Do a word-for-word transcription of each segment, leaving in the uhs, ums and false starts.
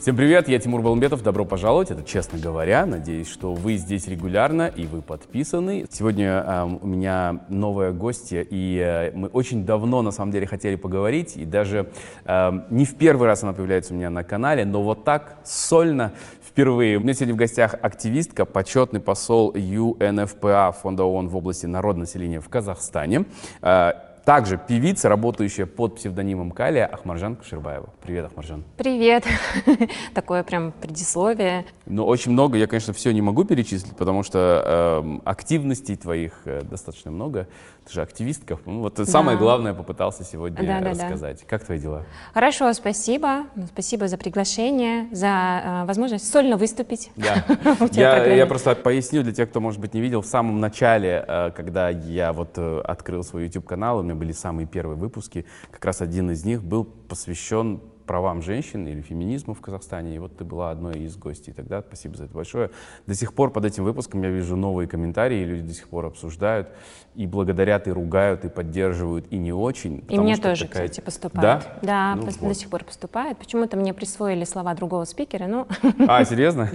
Всем привет, я Тимур Балымбетов, добро пожаловать, это «Честно говоря», надеюсь, что вы здесь регулярно и вы подписаны. Сегодня э, у меня новая гостья, и э, мы очень давно, на самом деле, хотели поговорить, и даже э, не в первый раз она появляется у меня на канале, но вот так, сольно, впервые. У меня сегодня в гостях активистка, почетный посол ю эн эф пэ а, Фонда ООН в области народного населения в Казахстане. Э, Также певица, работающая под псевдонимом Калия, Ахмаржан Кушербаева. Привет, Ахмаржан. Привет. Такое прям предисловие. Ну, очень много. Я, конечно, все не могу перечислить, потому что э, активностей твоих э, достаточно много. Ты же активистка. Ну, вот да. Самое главное попытался сегодня да, рассказать. Да, да. Как твои дела? Хорошо, спасибо. Спасибо за приглашение, за э, возможность сольно выступить. Да. я, я просто поясню для тех, кто, может быть, не видел. В самом начале, э, когда я вот э, открыл свой YouTube-канал, у меня были самые первые выпуски. Как раз один из них был посвящен правам женщин или феминизму в Казахстане. И вот ты была одной из гостей тогда. Спасибо за это большое. До сих пор под этим выпуском я вижу новые комментарии, люди до сих пор обсуждают, и благодарят, и ругают, и поддерживают, и не очень. И мне тоже, такая... кстати, поступает. Да? Да, ну, до вот. сих пор поступает. Почему-то мне присвоили слова другого спикера, ну... А, серьезно?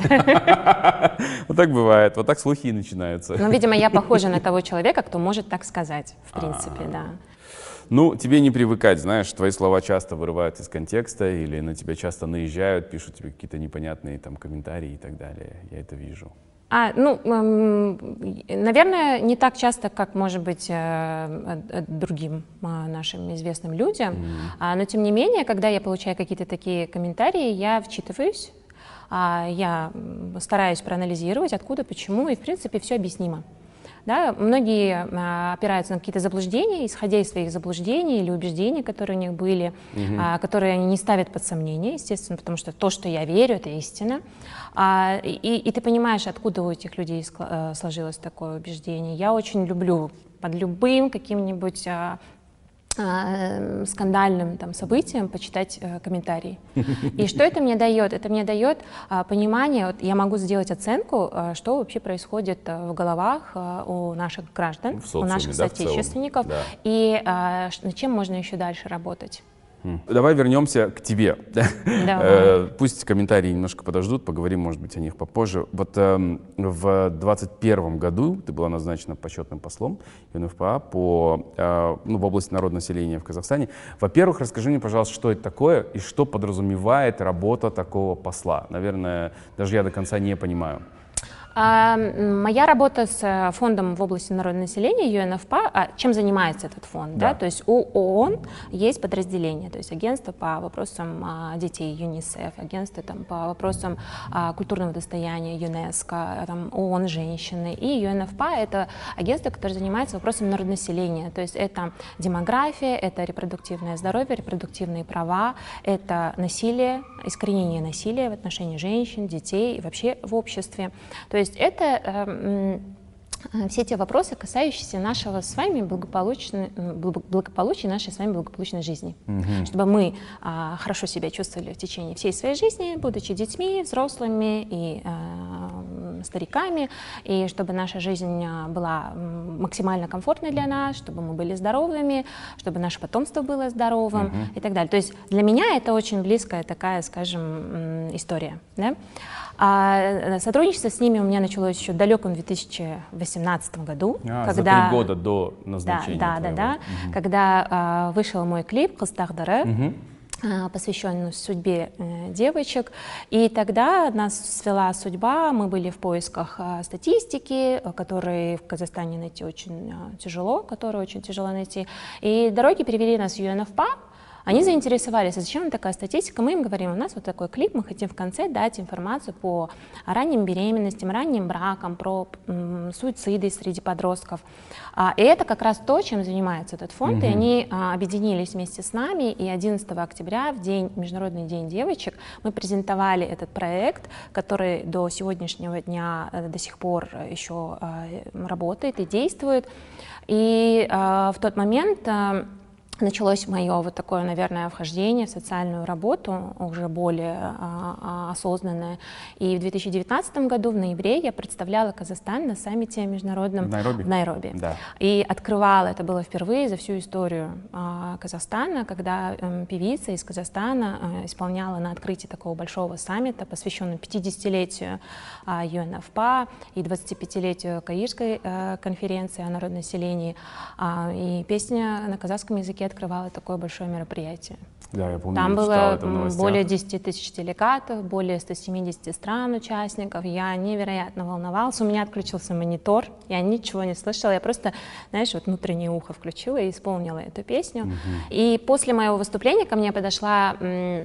Вот так бывает, вот так слухи и начинаются. Ну, видимо, я похожа на того человека, кто может так сказать, в принципе, да. Ну, тебе не привыкать, знаешь, твои слова часто вырывают из контекста, или на тебя часто наезжают, пишут тебе какие-то непонятные там комментарии и так далее. Я это вижу. А, ну, наверное, не так часто, как, может быть, другим нашим известным людям, mm. но тем не менее, когда я получаю какие-то такие комментарии, я вчитываюсь, я стараюсь проанализировать, откуда, почему, и, в принципе, все объяснимо. Да, многие а, опираются на какие-то заблуждения, исходя из своих заблуждений или убеждений, которые у них были, mm-hmm. а, которые они не ставят под сомнение, естественно, потому что то, что я верю, это истина. А, и, и ты понимаешь, откуда у этих людей сложилось такое убеждение. Я очень люблю под любым каким-нибудь а, а, скандальным там, событиям почитать а, комментарии. И что это мне дает? Это мне дает а, понимание, вот я могу сделать оценку, а, что вообще происходит а, в головах а, у наших граждан, социуме, у наших да, соотечественников, да. и а, над чем можно еще дальше работать. Давай вернемся к тебе. Давай. Пусть комментарии немножко подождут, поговорим, может быть, о них попозже. Вот э, в двадцать первом году ты была назначена почетным послом ю эн эф пэ а по, э, ну, в области народного населения в Казахстане. Во-первых, расскажи мне, пожалуйста, что это такое и что подразумевает работа такого посла. Наверное, даже я до конца не понимаю. Моя работа с фондом в области народного населения ю эн эф пэ а, чем занимается этот фонд? Да. Да? То есть у ООН есть подразделение, то есть агентство по вопросам а, детей ЮНИСЕФ, агентство там, по вопросам а, культурного достояния ЮНЕСКО, там, ООН женщины, и ю эн эф пэ а это агентство, которое занимается вопросом народного населения, то есть это демография, это репродуктивное здоровье, репродуктивные права, это насилие, искоренение насилия в отношении женщин, детей и вообще в обществе. То есть это э, э, все те вопросы, касающиеся нашего с вами благополучной, благополучия, нашей с вами благополучной жизни. Mm-hmm. Чтобы мы э, хорошо себя чувствовали в течение всей своей жизни, будучи детьми, взрослыми и э, стариками, и чтобы наша жизнь была максимально комфортной для нас, чтобы мы были здоровыми, чтобы наше потомство было здоровым mm-hmm. и так далее. То есть для меня это очень близкая такая, скажем, история. Да? А сотрудничество с ними у меня началось еще в далеком две тысячи восемнадцатом году. А, когда, за три года до назначения. Да, да, да, да. Угу. Когда а, вышел мой клип «Кызтагдары», угу. а, посвященный судьбе э, девочек. И тогда нас свела судьба, мы были в поисках а, статистики, которые в Казахстане найти очень а, тяжело, которые очень тяжело найти. И дороги перевели нас в ю эн эф пэ а. Они заинтересовались, а зачем нам такая статистика? Мы им говорим, у нас вот такой клип, мы хотим в конце дать информацию по ранним беременностям, ранним бракам, про м, суициды среди подростков. А, и это как раз то, чем занимается этот фонд. Mm-hmm. И они а, объединились вместе с нами, и одиннадцатого октября, в день, Международный день девочек, мы презентовали этот проект, который до сегодняшнего дня а, до сих пор еще а, работает и действует. И а, в тот момент... А, началось мое вот такое, наверное, вхождение в социальную работу, уже более а, а, осознанное. И в две тысячи девятнадцатом году, в ноябре, я представляла Казахстан на саммите международном в Найроби. В Найроби. Да. И открывала, это было впервые за всю историю а, Казахстана, когда а, певица из Казахстана а, исполняла на открытии такого большого саммита, посвященного пятидесятилетию а, ю эн эф пэ а и двадцатипятилетию Каирской а, конференции о народонаселении. А, и песня на казахском языке открывала такое большое мероприятие. Да, я помню, Там я было это в более десяти тысяч делегатов, более ста семидесяти стран участников. Я невероятно волновалась. У меня отключился монитор, я ничего не слышала. Я просто, знаешь, вот внутреннее ухо включила и исполнила эту песню. Uh-huh. И после моего выступления ко мне подошла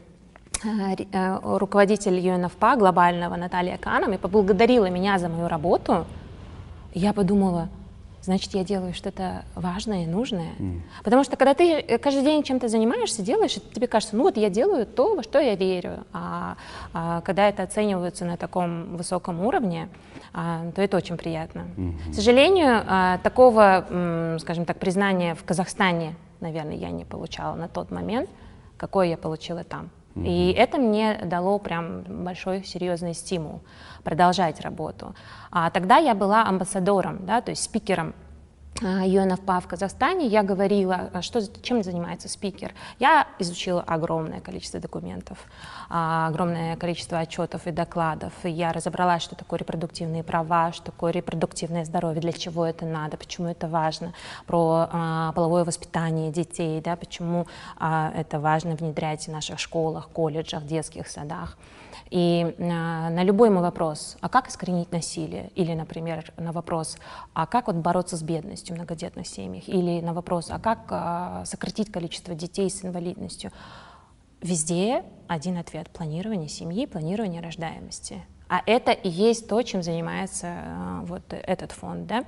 руководитель ю эн эф пэ а глобального Наталья Каном и поблагодарила меня за мою работу. Я подумала, значит, я делаю что-то важное и нужное. Mm. Потому что когда ты каждый день чем-то занимаешься, делаешь, и тебе кажется, ну вот я делаю то, во что я верю. А, а когда это оценивается на таком высоком уровне, а, то это очень приятно. Mm-hmm. К сожалению, а, такого, м, скажем так, признания в Казахстане, наверное, я не получала на тот момент, какое я получила там. Mm-hmm. И это мне дало прям большой серьезный стимул продолжать работу. А тогда я была амбассадором, да, то есть спикером ю эн эф пэ а в Казахстане. Я говорила, что, чем занимается спикер. Я изучила огромное количество документов, огромное количество отчетов и докладов. И я разобралась, что такое репродуктивные права, что такое репродуктивное здоровье, для чего это надо, почему это важно, про а, половое воспитание детей, да, почему а, это важно внедрять в наших школах, колледжах, детских садах. И э, на любой мой вопрос, а как искоренить насилие, или, например, на вопрос, а как вот бороться с бедностью в многодетных семьях, или на вопрос, а как э, сократить количество детей с инвалидностью, везде один ответ: планирование семьи, планирование рождаемости. А это и есть то, чем занимается э, вот этот фонд, да?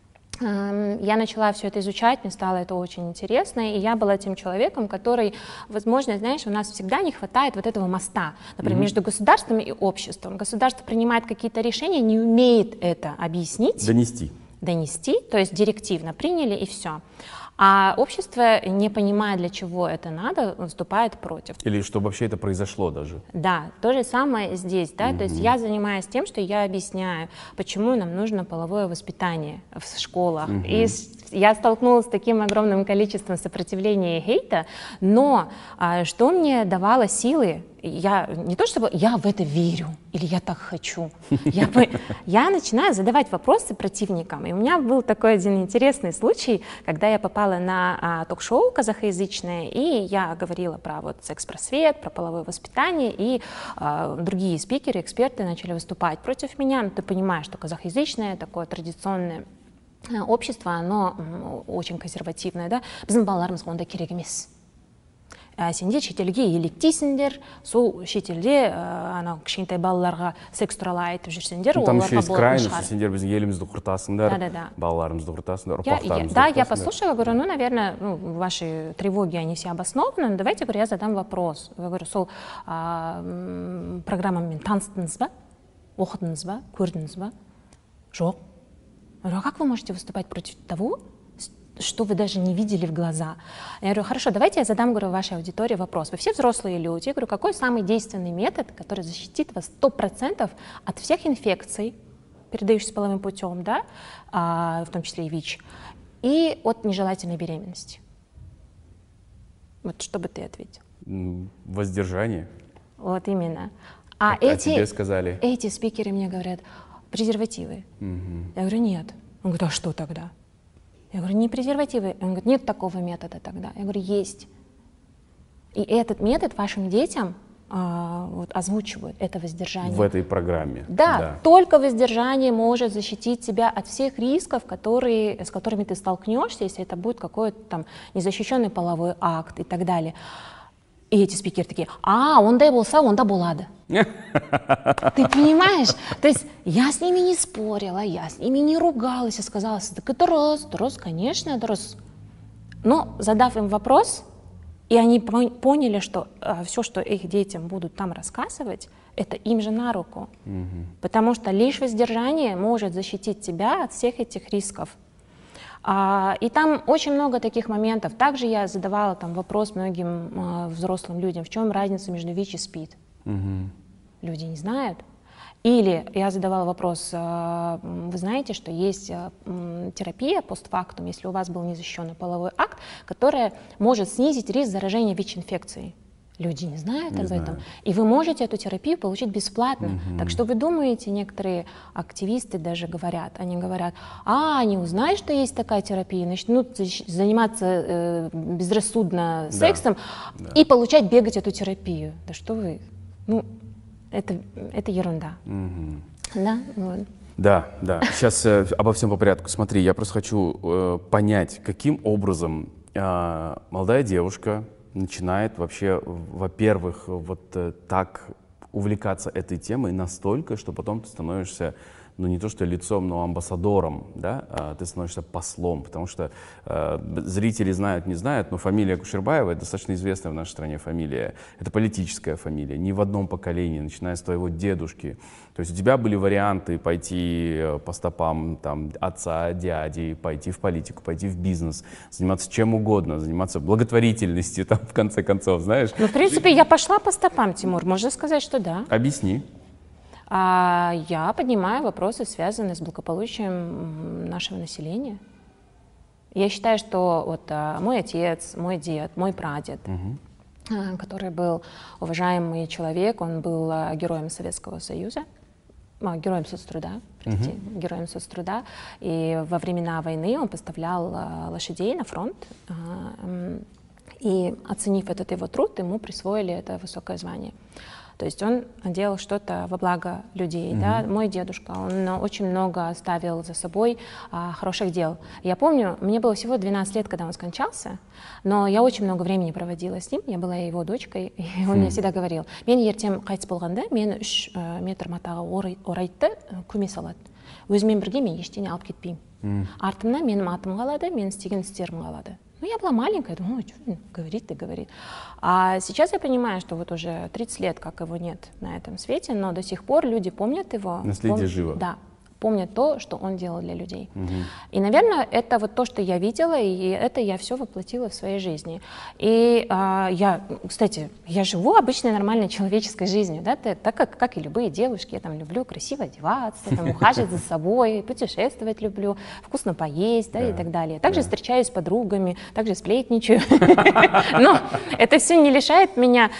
Я начала все это изучать, мне стало это очень интересно, и я была тем человеком, который, возможно, знаешь, у нас всегда не хватает вот этого моста, например, mm-hmm. между государством и обществом. Государство принимает какие-то решения, не умеет это объяснить. Донести. Донести, то есть директивно приняли и все. А общество, не понимая, для чего это надо, выступает против. Или что вообще это произошло даже. Да, то же самое здесь, да, Mm-hmm. то есть я занимаюсь тем, что я объясняю, почему нам нужно половое воспитание в школах. Mm-hmm. И я столкнулась с таким огромным количеством сопротивления и хейта, но а, что мне давало силы? Я не то чтобы я в это верю или я так хочу, я, я начинаю задавать вопросы противникам. И у меня был такой один интересный случай, когда я попала на а, ток-шоу казахоязычное, и я говорила про вот секс-просвет, про половое воспитание, и а, другие спикеры, эксперты начали выступать против меня. Но ты понимаешь, что казахоязычное такое традиционное общество, оно очень консервативное, да? Біздің балаларымыз онда керек емес. Сендер шетелге еліктейсіңдер, сол шетелде анау кішкентай балаларға секс туралы айтып жүрсеңдер, ну, там еще есть крайность, сендер біздің елімізді құртасыңдар, да, да, да. балаларымызды құртасыңдар, ұрпақтарымызды. Да, я послушала, говорю, ну, наверное, ну, ваши тревоги, они все обоснованы, но давайте, говорю, я задам вопрос. Я говорю, сол программамен таныстыңыз ба, оқыдыңыз ба, көрдіңіз ба? Жоқ. А как вы можете выступать против того, что вы даже не видели в глаза? Я говорю, хорошо, давайте я задам, говорю, вашей аудитории вопрос. Вы все взрослые люди. Я говорю, какой самый действенный метод, который защитит вас сто процентов от всех инфекций, передающихся половым путем, да, а, в том числе и ВИЧ, и от нежелательной беременности? Вот что бы ты ответил? Воздержание. Вот именно. А, а эти, тебе сказали? Эти спикеры мне говорят, презервативы. Угу. Я говорю, нет. Он говорит, а что тогда? Я говорю, не презервативы. Он говорит, нет такого метода тогда. Я говорю, есть. И этот метод вашим детям а, вот, озвучивают, это воздержание. В этой программе. Да, да, только воздержание может защитить тебя от всех рисков, которые, с которыми ты столкнешься, если это будет какой-то там незащищенный половой акт и так далее. И эти спикеры такие, а, ондай болса, онда болады. Ты понимаешь? То есть я с ними не спорила, я с ними не ругалась, я сказала, так это дұрыс, дұрыс, конечно, дұрыс. Но задав им вопрос, и они поняли, что а, все, что их детям будут там рассказывать, это им же на руку. Угу. Потому что лишь воздержание может защитить тебя от всех этих рисков. А, и там очень много таких моментов. Также я задавала там вопрос многим а, взрослым людям, в чем разница между ВИЧ и СПИД. Угу. Люди не знают. Или я задавала вопрос, а, вы знаете, что есть а, терапия постфактум, если у вас был незащищенный половой акт, которая может снизить риск заражения ВИЧ-инфекцией. Люди не знают не об знаю. этом. И вы можете эту терапию получить бесплатно. Угу. Так что вы думаете, некоторые активисты даже говорят, они говорят, а, они узнают, что есть такая терапия, начнут заниматься э, безрассудно да. сексом да. и получать, бегать эту терапию. Да что вы, ну, это, это ерунда. Угу. Да, вот. Да, да. Сейчас э, обо всем по порядку. Смотри, я просто хочу э, понять, каким образом э, молодая девушка начинает вообще, во-первых, вот э, так увлекаться этой темой настолько, что потом ты становишься, ну не то что лицом, но амбассадором, да, а ты становишься послом, потому что э, зрители знают, не знают, но фамилия Кушербаева — это достаточно известная в нашей стране фамилия, это политическая фамилия, не в одном поколении, начиная с твоего дедушки. То есть у тебя были варианты пойти по стопам там, отца, дяди, пойти в политику, пойти в бизнес, заниматься чем угодно, заниматься благотворительностью, там, в конце концов, знаешь. Ну, в принципе, я пошла по стопам, Тимур, можно сказать, что да. Объясни. А я поднимаю вопросы, связанные с благополучием нашего населения. Я считаю, что вот а, мой отец, мой дед, мой прадед, угу. который был уважаемый человек, он был а, героем Советского Союза, а, героем соцтруда, простите, угу. героем соцтруда, и во времена войны он поставлял а, лошадей на фронт, а, и оценив этот его труд, ему присвоили это высокое звание. То есть он делал что-то во благо людей. Mm-hmm. Да? Мой дедушка, он очень много оставил за собой а, хороших дел. Я помню, мне было всего двенадцать лет, когда он скончался, но я очень много времени проводила с ним, я была его дочкой, и он mm-hmm. мне всегда говорил, «Мен ертең қайтыс болғанда, мені үш метр матаға орайтты көме салады. Өзімен бірге мен ештеңе алып кетпеймін. Mm-hmm. Артымнан менің атым қалады, менің істеген істерім қалады». Ну, я была маленькая, думаю, что говорит и говорит. А сейчас я понимаю, что вот уже тридцать лет, как его нет на этом свете, но до сих пор люди помнят его. Наследие пом... живо. Да, помнят то, что он делал для людей. Угу. И, наверное, это вот то, что я видела, и это я все воплотила в своей жизни. И а, я, кстати, я живу обычной нормальной человеческой жизнью, да, так как, как и любые девушки, я там люблю красиво одеваться, там, ухаживать за собой, путешествовать люблю, вкусно поесть, да, и так далее. Также встречаюсь с подругами, также сплетничаю. Но это все не лишает меня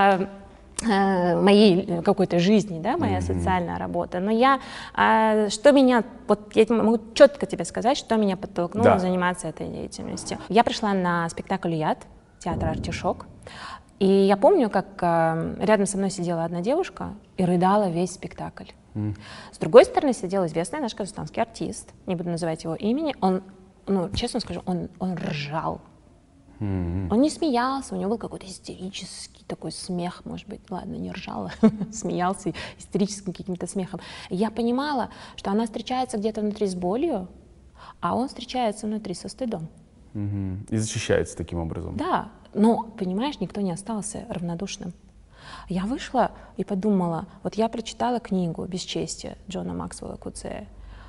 моей какой-то жизни, да, моя mm-hmm. социальная работа. Но я, а, что меня, вот я могу четко тебе сказать, что меня подтолкнуло да. заниматься этой деятельностью. Я пришла на спектакль «Яд», театр «Артишок», и я помню, как а, рядом со мной сидела одна девушка и рыдала весь спектакль. Mm. С другой стороны сидел известный наш казахстанский артист, не буду называть его имени, он, ну, честно скажу, он, он ржал. Mm-hmm. Он не смеялся, у него был какой-то истерический такой смех, может быть, ладно, не ржала, смеялся истерическим каким-то смехом. И я понимала, что она встречается где-то внутри с болью, а он встречается внутри со стыдом. Mm-hmm. И защищается таким образом. Да, но, понимаешь, никто не остался равнодушным. Я вышла и подумала, вот я прочитала книгу «Бесчестие» Джона Максвелла Куцея,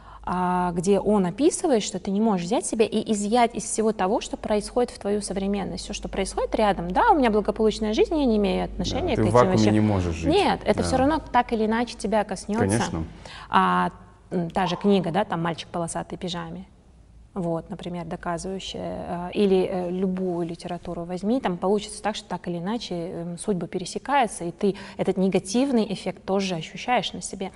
где он описывает, что ты не можешь взять себя и изъять из всего того, что происходит в твою современность. Все, что происходит рядом, да, у меня благополучная жизнь, я не имею отношения да, к этим. Ты в вакууме вещам. не можешь жить. Нет, это да. все равно так или иначе тебя коснется. Конечно. А, та же книга, да, там «Мальчик в полосатой пижаме», вот, например, доказывающая, или любую литературу возьми, там получится так, что так или иначе судьбы пересекаются, и ты этот негативный эффект тоже ощущаешь на себе.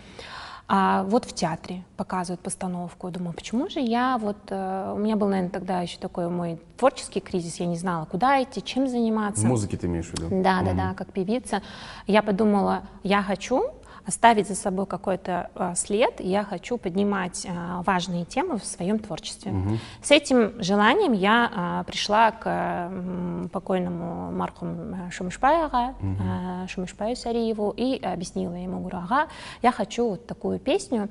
А вот в театре показывают постановку. Я думаю, почему же я вот... Э, у меня был, наверное, тогда еще такой мой творческий кризис. Я не знала, куда идти, чем заниматься. В музыке ты имеешь в виду? Да, да, да, как певица. Я подумала, я хочу оставить за собой какой-то э, след, я хочу поднимать э, важные темы в своем творчестве. Угу. С этим желанием я э, пришла к э, покойному мархуму Шумышбаеву, угу. э, Шумышбаю Сариеву, и объяснила ему, говорю, ага, я хочу вот такую песню.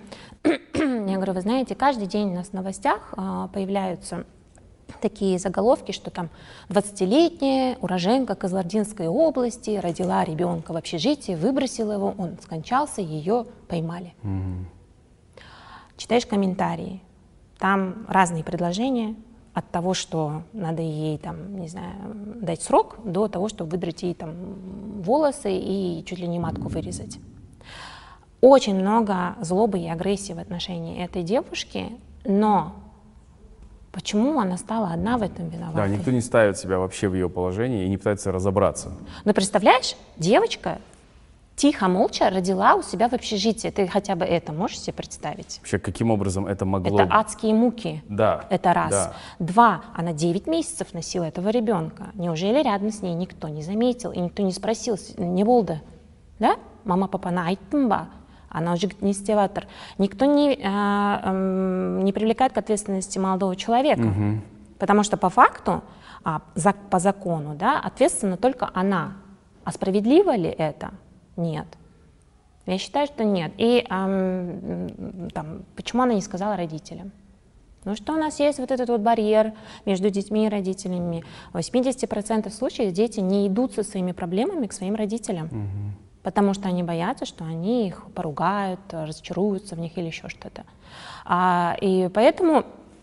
Я говорю, вы знаете, каждый день у нас в новостях э, появляются такие заголовки, что там двадцатилетняя уроженка Кызылординской области родила ребенка в общежитии, выбросила его, он скончался, ее поймали. Mm-hmm. Читаешь комментарии. Там разные предложения, от того, что надо ей, там, не знаю, дать срок, до того, чтобы выдрать ей там волосы и чуть ли не матку вырезать. Очень много злобы и агрессии в отношении этой девушки, но почему она стала одна в этом виноватой? Да, никто не ставит себя вообще в ее положение и не пытается разобраться. Но представляешь, девочка тихо, молча родила у себя в общежитии. Ты хотя бы это можешь себе представить? Вообще, каким образом это могло... Это адские муки. Да. Это раз. Да. Два. Она девять месяцев носила этого ребенка. Неужели рядом с ней никто не заметил и никто не спросил, не болды? Да? Мама, папа, на айтымба. Она уже не стеватор. Никто не, а, а, не привлекает к ответственности молодого человека. Угу. Потому что по факту, а, за, по закону, да, ответственна только она. А справедливо ли это? Нет. Я считаю, что нет. И эм, там, почему она не сказала родителям? Потому что у нас есть вот этот вот барьер между детьми и родителями. В восьмидесяти процентах случаев дети не идут со своими проблемами к своим родителям, угу. потому что они боятся, что они их поругают, разочаруются в них или еще что-то. А, и поэтому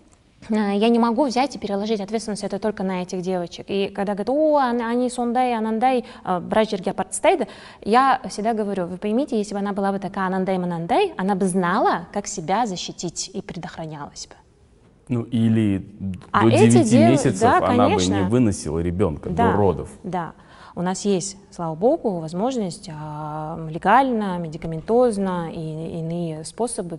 я не могу взять и переложить ответственность это только на этих девочек. И когда говорят, о, они сондай, анандай, браджерги апартстейда, я всегда говорю, вы поймите, если бы она была бы такая анандай, манандай, она бы знала, как себя защитить и предохранялась бы. Ну или а до девяти дев... месяцев да, она конечно. бы не выносила ребенка да, до родов. Да. У нас есть, слава богу, возможность а, легально, медикаментозно и иные способы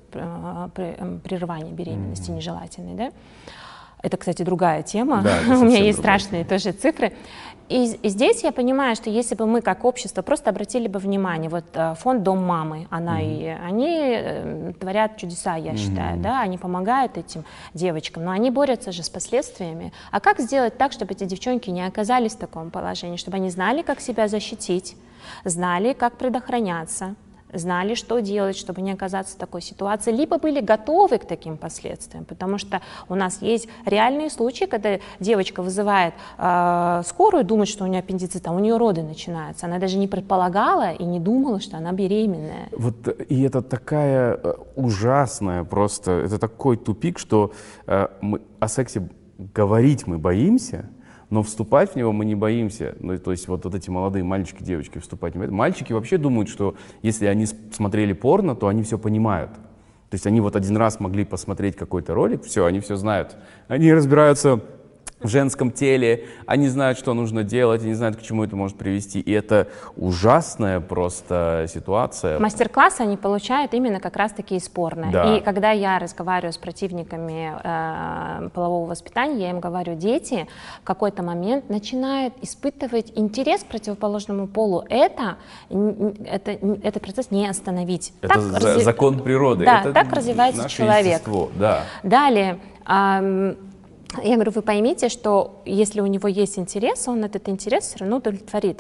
прерывания беременности mm-hmm. нежелательной. Да? Это, кстати, другая тема. Да, у меня есть страшные тоже цифры. И, и здесь я понимаю, что если бы мы как общество просто обратили бы внимание, вот фонд «Дом мамы», она mm-hmm. и, они э, творят чудеса, я mm-hmm. считаю, да, они помогают этим девочкам, но они борются же с последствиями. А как сделать так, чтобы эти девчонки не оказались в таком положении, чтобы они знали, как себя защитить, знали, как предохраняться, знали, что делать, чтобы не оказаться в такой ситуации, либо были готовы к таким последствиям, потому что у нас есть реальные случаи, когда девочка вызывает э, скорую, думает, что у нее аппендицит, а у нее роды начинаются. Она даже не предполагала и не думала, что она беременная. Вот, и это такая ужасная просто, это такой тупик, что э, мы о сексе говорить мы боимся, но вступать в него мы не боимся. Ну, то есть вот, вот эти молодые мальчики, девочки вступать не боятся. Мальчики вообще думают, что если они смотрели порно, то они все понимают. То есть они вот один раз могли посмотреть какой-то ролик, все, они все знают. Они разбираются в женском теле, они знают, что нужно делать, они знают, к чему это может привести. И это ужасная просто ситуация. Мастер-классы они получают именно как раз-таки из порно. Да. И когда я разговариваю с противниками э, полового воспитания, я им говорю, дети в какой-то момент начинают испытывать интерес к противоположному полу. Это, это, этот процесс не остановить. Это так за, разви... закон природы. Да, это так развивается человек. Да. Далее. Э, Я говорю, вы поймите, что если у него есть интерес, он этот интерес все равно удовлетворит.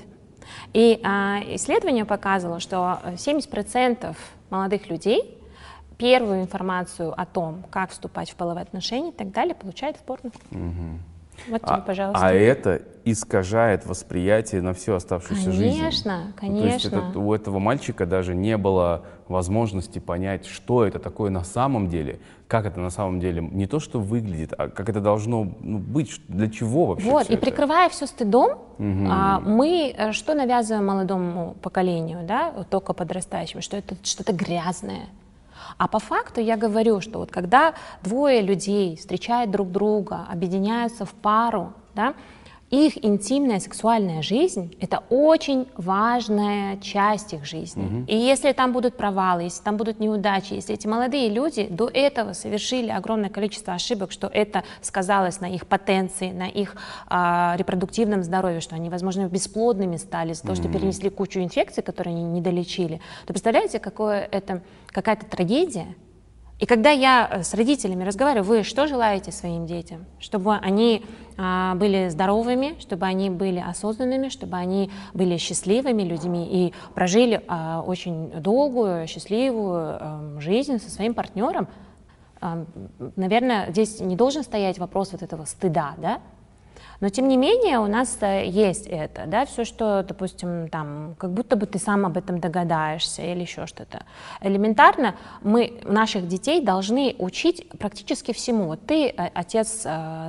И а, исследование показало, что семьдесят процентов молодых людей первую информацию о том, как вступать в половые отношения и так далее, получают в порно. Угу. Вот тебе, а, пожалуйста. А это искажает восприятие на всю оставшуюся конечно, жизнь. Конечно, конечно. Ну, то есть это, у этого мальчика даже не было возможности понять, что это такое на самом деле, как это на самом деле не то, что выглядит, а как это должно ну, быть, для чего вообще. Вот, и это? Прикрывая все стыдом, угу. а, мы что навязываем молодому поколению, да, только подрастающему, что это что-то грязное. А по факту я говорю, что вот когда двое людей встречают друг друга, объединяются в пару, да, их интимная сексуальная жизнь — это очень важная часть их жизни. Mm-hmm. И если там будут провалы, если там будут неудачи, если эти молодые люди до этого совершили огромное количество ошибок, что это сказалось на их потенции, на их а, репродуктивном здоровье, что они, возможно, бесплодными стали из-за mm-hmm. того, что перенесли кучу инфекций, которые они не долечили, то представляете, какое это, какая-то трагедия? И когда я с родителями разговариваю, вы что желаете своим детям? Чтобы они а, были здоровыми, чтобы они были осознанными, чтобы они были счастливыми людьми и прожили а, очень долгую, счастливую а, жизнь со своим партнером. А, наверное, здесь не должен стоять вопрос вот этого стыда, да? Но, тем не менее, у нас есть это, да, все, что, допустим, там, как будто бы ты сам об этом догадаешься или еще что-то. Элементарно мы наших детей должны учить практически всему. Вот ты отец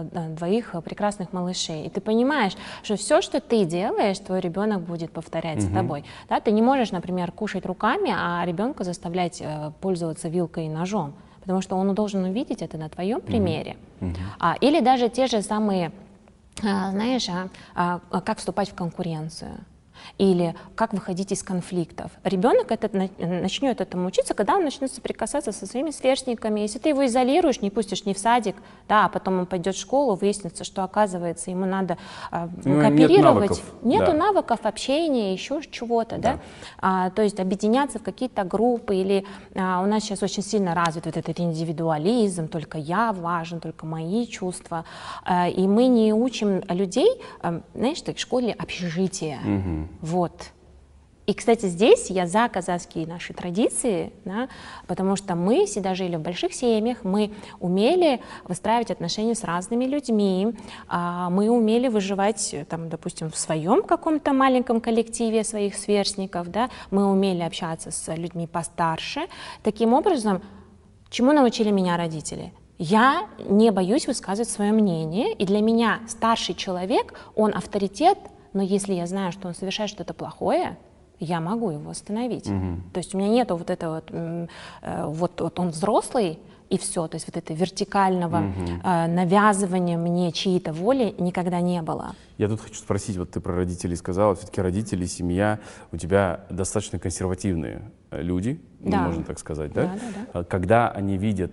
двоих прекрасных малышей, и ты понимаешь, что все, что ты делаешь, твой ребенок будет повторять за тобой. Да? Ты не можешь, например, кушать руками, а ребенка заставлять пользоваться вилкой и ножом, потому что он должен увидеть это на твоем примере. Mm-hmm. А, или даже те же самые, а, знаешь, а, а, как вступать в конкуренцию. Или как выходить из конфликтов. Ребенок это, начнет этому учиться, когда он начнет соприкасаться со своими сверстниками. Если ты его изолируешь, не пустишь ни в садик, да, а потом он пойдет в школу, выяснится, что, оказывается, ему надо э, ну, кооперировать. Нет навыков, Нету да. навыков общения, еще чего-то. Да. Да? А, то есть объединяться в какие-то группы. Или а, у нас сейчас очень сильно развит вот этот индивидуализм, только я важен, только мои чувства. А, и мы не учим людей, а, знаешь, в школе общежития. Угу. Вот. И, кстати, здесь я за казахские наши традиции, да, потому что мы всегда жили в больших семьях, мы умели выстраивать отношения с разными людьми, мы умели выживать, там, допустим, в своем каком-то маленьком коллективе своих сверстников, да, мы умели общаться с людьми постарше. Таким образом, чему научили меня родители? Я не боюсь высказывать свое мнение, и для меня старший человек, он авторитет. Но если я знаю, что он совершает что-то плохое, я могу его остановить. Mm-hmm. То есть у меня нету вот этого, вот, э, вот, вот он взрослый, и все. То есть вот этого вертикального mm-hmm. э, навязывания мне чьей-то воли никогда не было. Я тут хочу спросить, вот ты про родителей сказала, все-таки родители, семья, у тебя достаточно консервативные люди, да. ну, можно так сказать, да? Да, да, да. Когда они видят,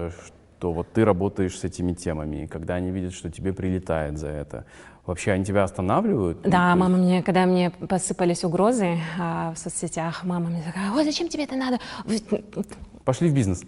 что вот ты работаешь с этими темами, когда они видят, что тебе прилетает за это, вообще они тебя останавливают? Да, ну, мама мне, когда мне посыпались угрозы а, в соцсетях, мама мне такая: ой, зачем тебе это надо? Пошли в бизнес.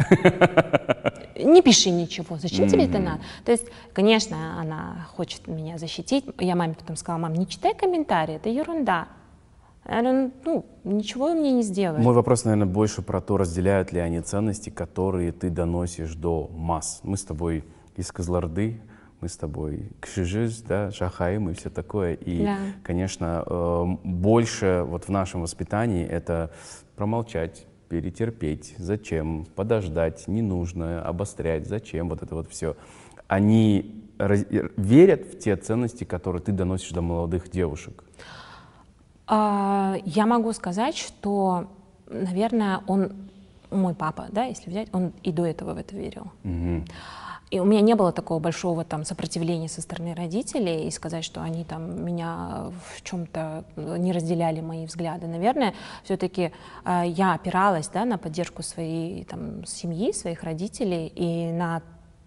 Не пиши ничего, зачем mm-hmm. тебе это надо? То есть, конечно, она хочет меня защитить. Я маме потом сказала: мам, не читай комментарии, это ерунда. Она, ну, ничего мне не сделает. Мой вопрос, наверное, больше про то, разделяют ли они ценности, которые ты доносишь до масс. Мы с тобой из Кызылорды, мы с тобой кшижиз, да, шахаим и все такое. И, да. конечно, больше вот в нашем воспитании это промолчать, перетерпеть, зачем, подождать, не нужно, обострять, зачем, вот это вот все. Они раз... верят в те ценности, которые ты доносишь до молодых девушек? А, я могу сказать, что, наверное, он, мой папа, да, если взять, он и до этого в это верил. Угу. И у меня не было такого большого там сопротивления со стороны родителей и сказать, что они там меня в чем-то не разделяли мои взгляды. Наверное, все-таки э, я опиралась, да, на поддержку своей там семьи, своих родителей и на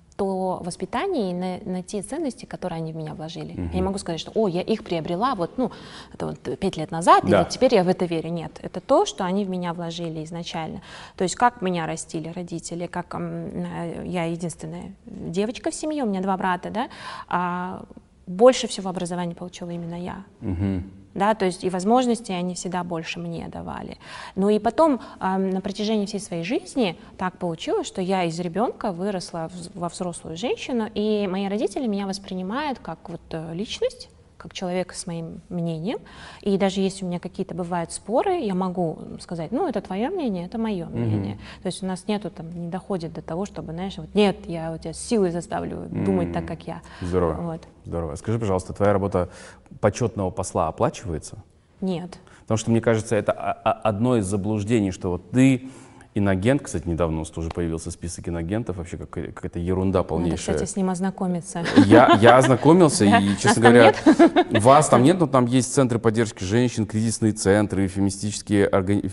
то воспитание и на, на те ценности, которые они в меня вложили. Mm-hmm. Я не могу сказать, что о, я их приобрела вот, ну, это вот пять лет назад, да. и вот теперь я в это верю. Нет, это то, что они в меня вложили изначально. То есть как меня растили родители, как э, я единственная девочка в семье, у меня два брата, да, а больше всего образования получила именно я. Mm-hmm. Да, то есть и возможности они всегда больше мне давали. Ну и потом э, на протяжении всей своей жизни так получилось, что я из ребенка выросла в, во взрослую женщину, и мои родители меня воспринимают как вот личность, как человека с моим мнением. И даже если у меня какие-то бывают споры, я могу сказать: ну, это твое мнение, это мое mm-hmm. мнение. То есть у нас нету, там, не доходит до того, чтобы, знаешь, вот нет, я вот тебя силой заставлю mm-hmm. думать так, как я. Здорово. Вот. Здорово. Скажи, пожалуйста, твоя работа почетного посла оплачивается? Нет. Потому что, мне кажется, это одно из заблуждений, что вот ты инагент, кстати, недавно у нас тоже появился список инагентов, вообще какая-то ерунда полнейшая. Надо, кстати, с ним ознакомиться. Я, я ознакомился, и, честно говоря, вас там нет, но там есть центры поддержки женщин, кризисные центры, феминистические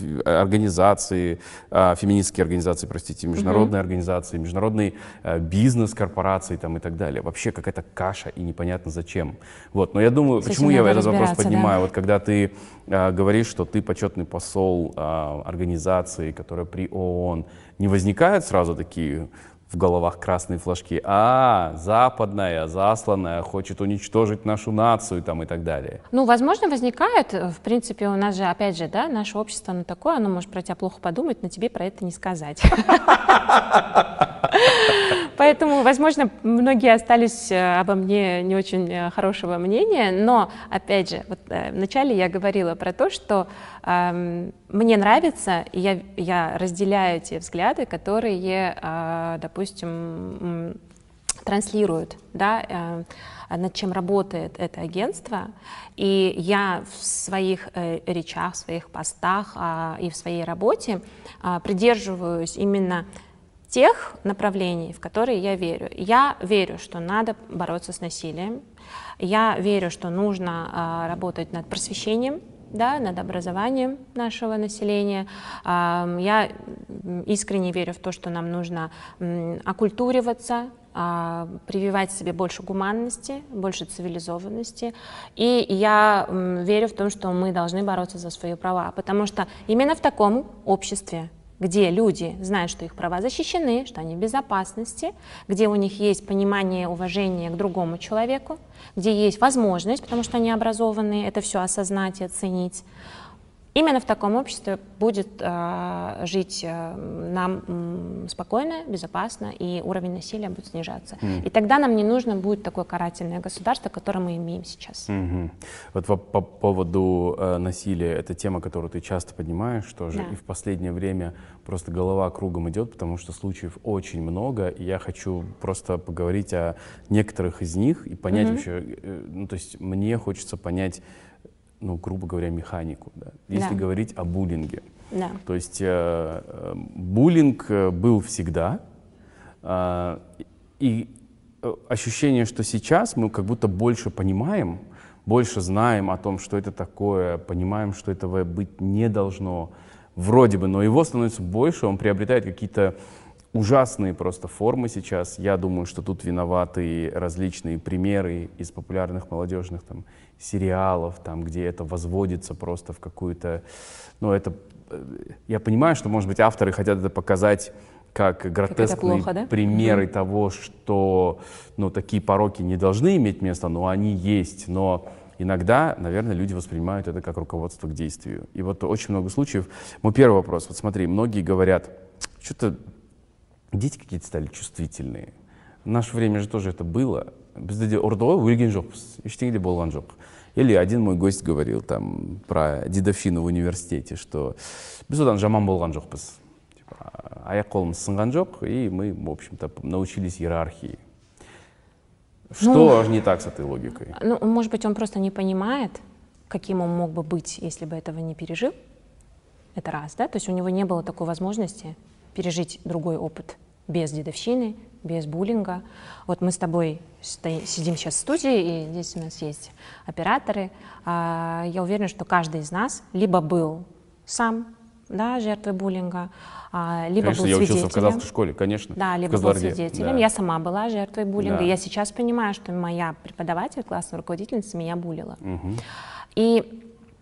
организации, феминистские организации, простите, международные организации, международные бизнес-корпорации там и так далее. Вообще какая-то каша, и непонятно зачем. Вот, но я думаю, почему я этот вопрос поднимаю? Вот когда ты говоришь, что ты почетный посол организации, которая при ООН, не возникают сразу такие в головах красные флажки: а, западная, засланная, хочет уничтожить нашу нацию там и так далее? Ну, возможно, возникает. В принципе, у нас же, опять же, да, наше общество, оно такое, оно может про тебя плохо подумать, но тебе про это не сказать. Поэтому, возможно, многие остались обо мне не очень хорошего мнения, но, опять же, вот, вначале я говорила про то, что э, мне нравится, и я, я разделяю те взгляды, которые, э, допустим, транслируют, да, э, над чем работает это агентство, и я в своих э, речах, в своих постах э, и в своей работе э, придерживаюсь именно тех направлений, в которые я верю. Я верю, что надо бороться с насилием, я верю, что нужно э, работать над просвещением, да, над образованием нашего населения. Э, я искренне верю в то, что нам нужно э, оккультуриваться, прививать себе больше гуманности, больше цивилизованности. И я верю в том, что мы должны бороться за свои права, потому что именно в таком обществе, где люди знают, что их права защищены, что они в безопасности, где у них есть понимание, уважение к другому человеку, где есть возможность, потому что они образованные, это все осознать и оценить. Именно в таком обществе будет э, жить э, нам м, спокойно, безопасно, и уровень насилия будет снижаться. Mm. И тогда нам не нужно будет такое карательное государство, которое мы имеем сейчас. Mm-hmm. Вот по, по поводу э, насилия, это тема, которую ты часто поднимаешь тоже, да. И в последнее время просто голова кругом идет, потому что случаев очень много, и я хочу просто поговорить о некоторых из них и понять mm-hmm. вообще, э, ну то есть мне хочется понять, ну, грубо говоря, механику. Да? Если да. говорить о буллинге. Да. То есть э, э, буллинг был всегда, э, и ощущение, что сейчас мы как будто больше понимаем, больше знаем о том, что это такое, понимаем, что этого быть не должно, вроде бы, но его становится больше, он приобретает какие-то ужасные просто формы сейчас. Я думаю, что тут виноваты различные примеры из популярных молодежных там, сериалов, там, где это возводится просто в какую-то... Ну, это... Я понимаю, что, может быть, авторы хотят это показать как гротескные плохо, да? примеры mm-hmm. того, что ну, такие пороки не должны иметь места, но они есть. Но иногда, наверное, люди воспринимают это как руководство к действию. И вот очень много случаев. Мой первый вопрос. Вот смотри, многие говорят, что-то дети какие-то стали чувствительные. В наше время же тоже это было. Бізде ұрды ғой, өлген жоқпыз, ештеңе болған жоқ. Или один мой гость говорил там про дедовщину в университете, что біз одан жаман болған жоқпыз. Аяқ қолымыз сынған жоқ, и мы, в общем-то, научились иерархии. Что ну, не так с этой логикой? Ну, может быть, он просто не понимает, каким он мог бы быть, если бы этого не пережил. Это раз, да? То есть у него не было такой возможности пережить другой опыт без дедовщины, без буллинга. Вот мы с тобой стоим, сидим сейчас в студии, и здесь у нас есть операторы. А, я уверена, что каждый из нас либо был сам, да, жертвой буллинга, а, либо конечно, был я свидетелем. учился в казахской школе, конечно. Да, либо был свидетелем. Да. Я сама была жертвой буллинга. Да. Я сейчас понимаю, что моя преподаватель, классная руководительница меня буллила. Угу. И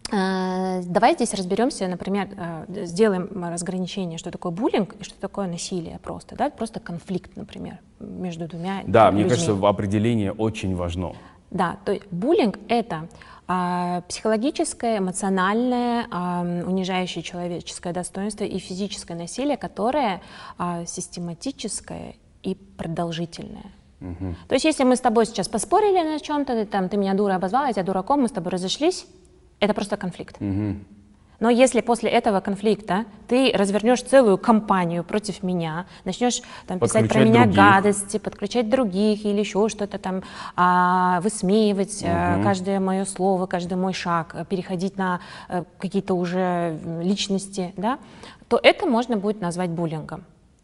давай здесь разберемся, например, сделаем разграничение, что такое буллинг и что такое насилие просто, да, просто конфликт, например, между двумя Да, людьми. Мне кажется, определение очень важно. Да, то есть буллинг — это а, психологическое, эмоциональное, а, унижающее человеческое достоинство и физическое насилие, которое а, систематическое и продолжительное. Угу. То есть если мы с тобой сейчас поспорили на чем-то, ты, там, ты меня дурой обозвала, я тебя дураком, мы с тобой разошлись, это просто конфликт. Угу. Но если после этого конфликта ты развернешь целую кампанию против меня, начнешь там, писать про меня других. гадости, подключать других или еще что-то там, а, высмеивать угу. а, каждое мое слово, каждый мой шаг, переходить на а, какие-то уже личности, да, то это можно будет назвать буллингом.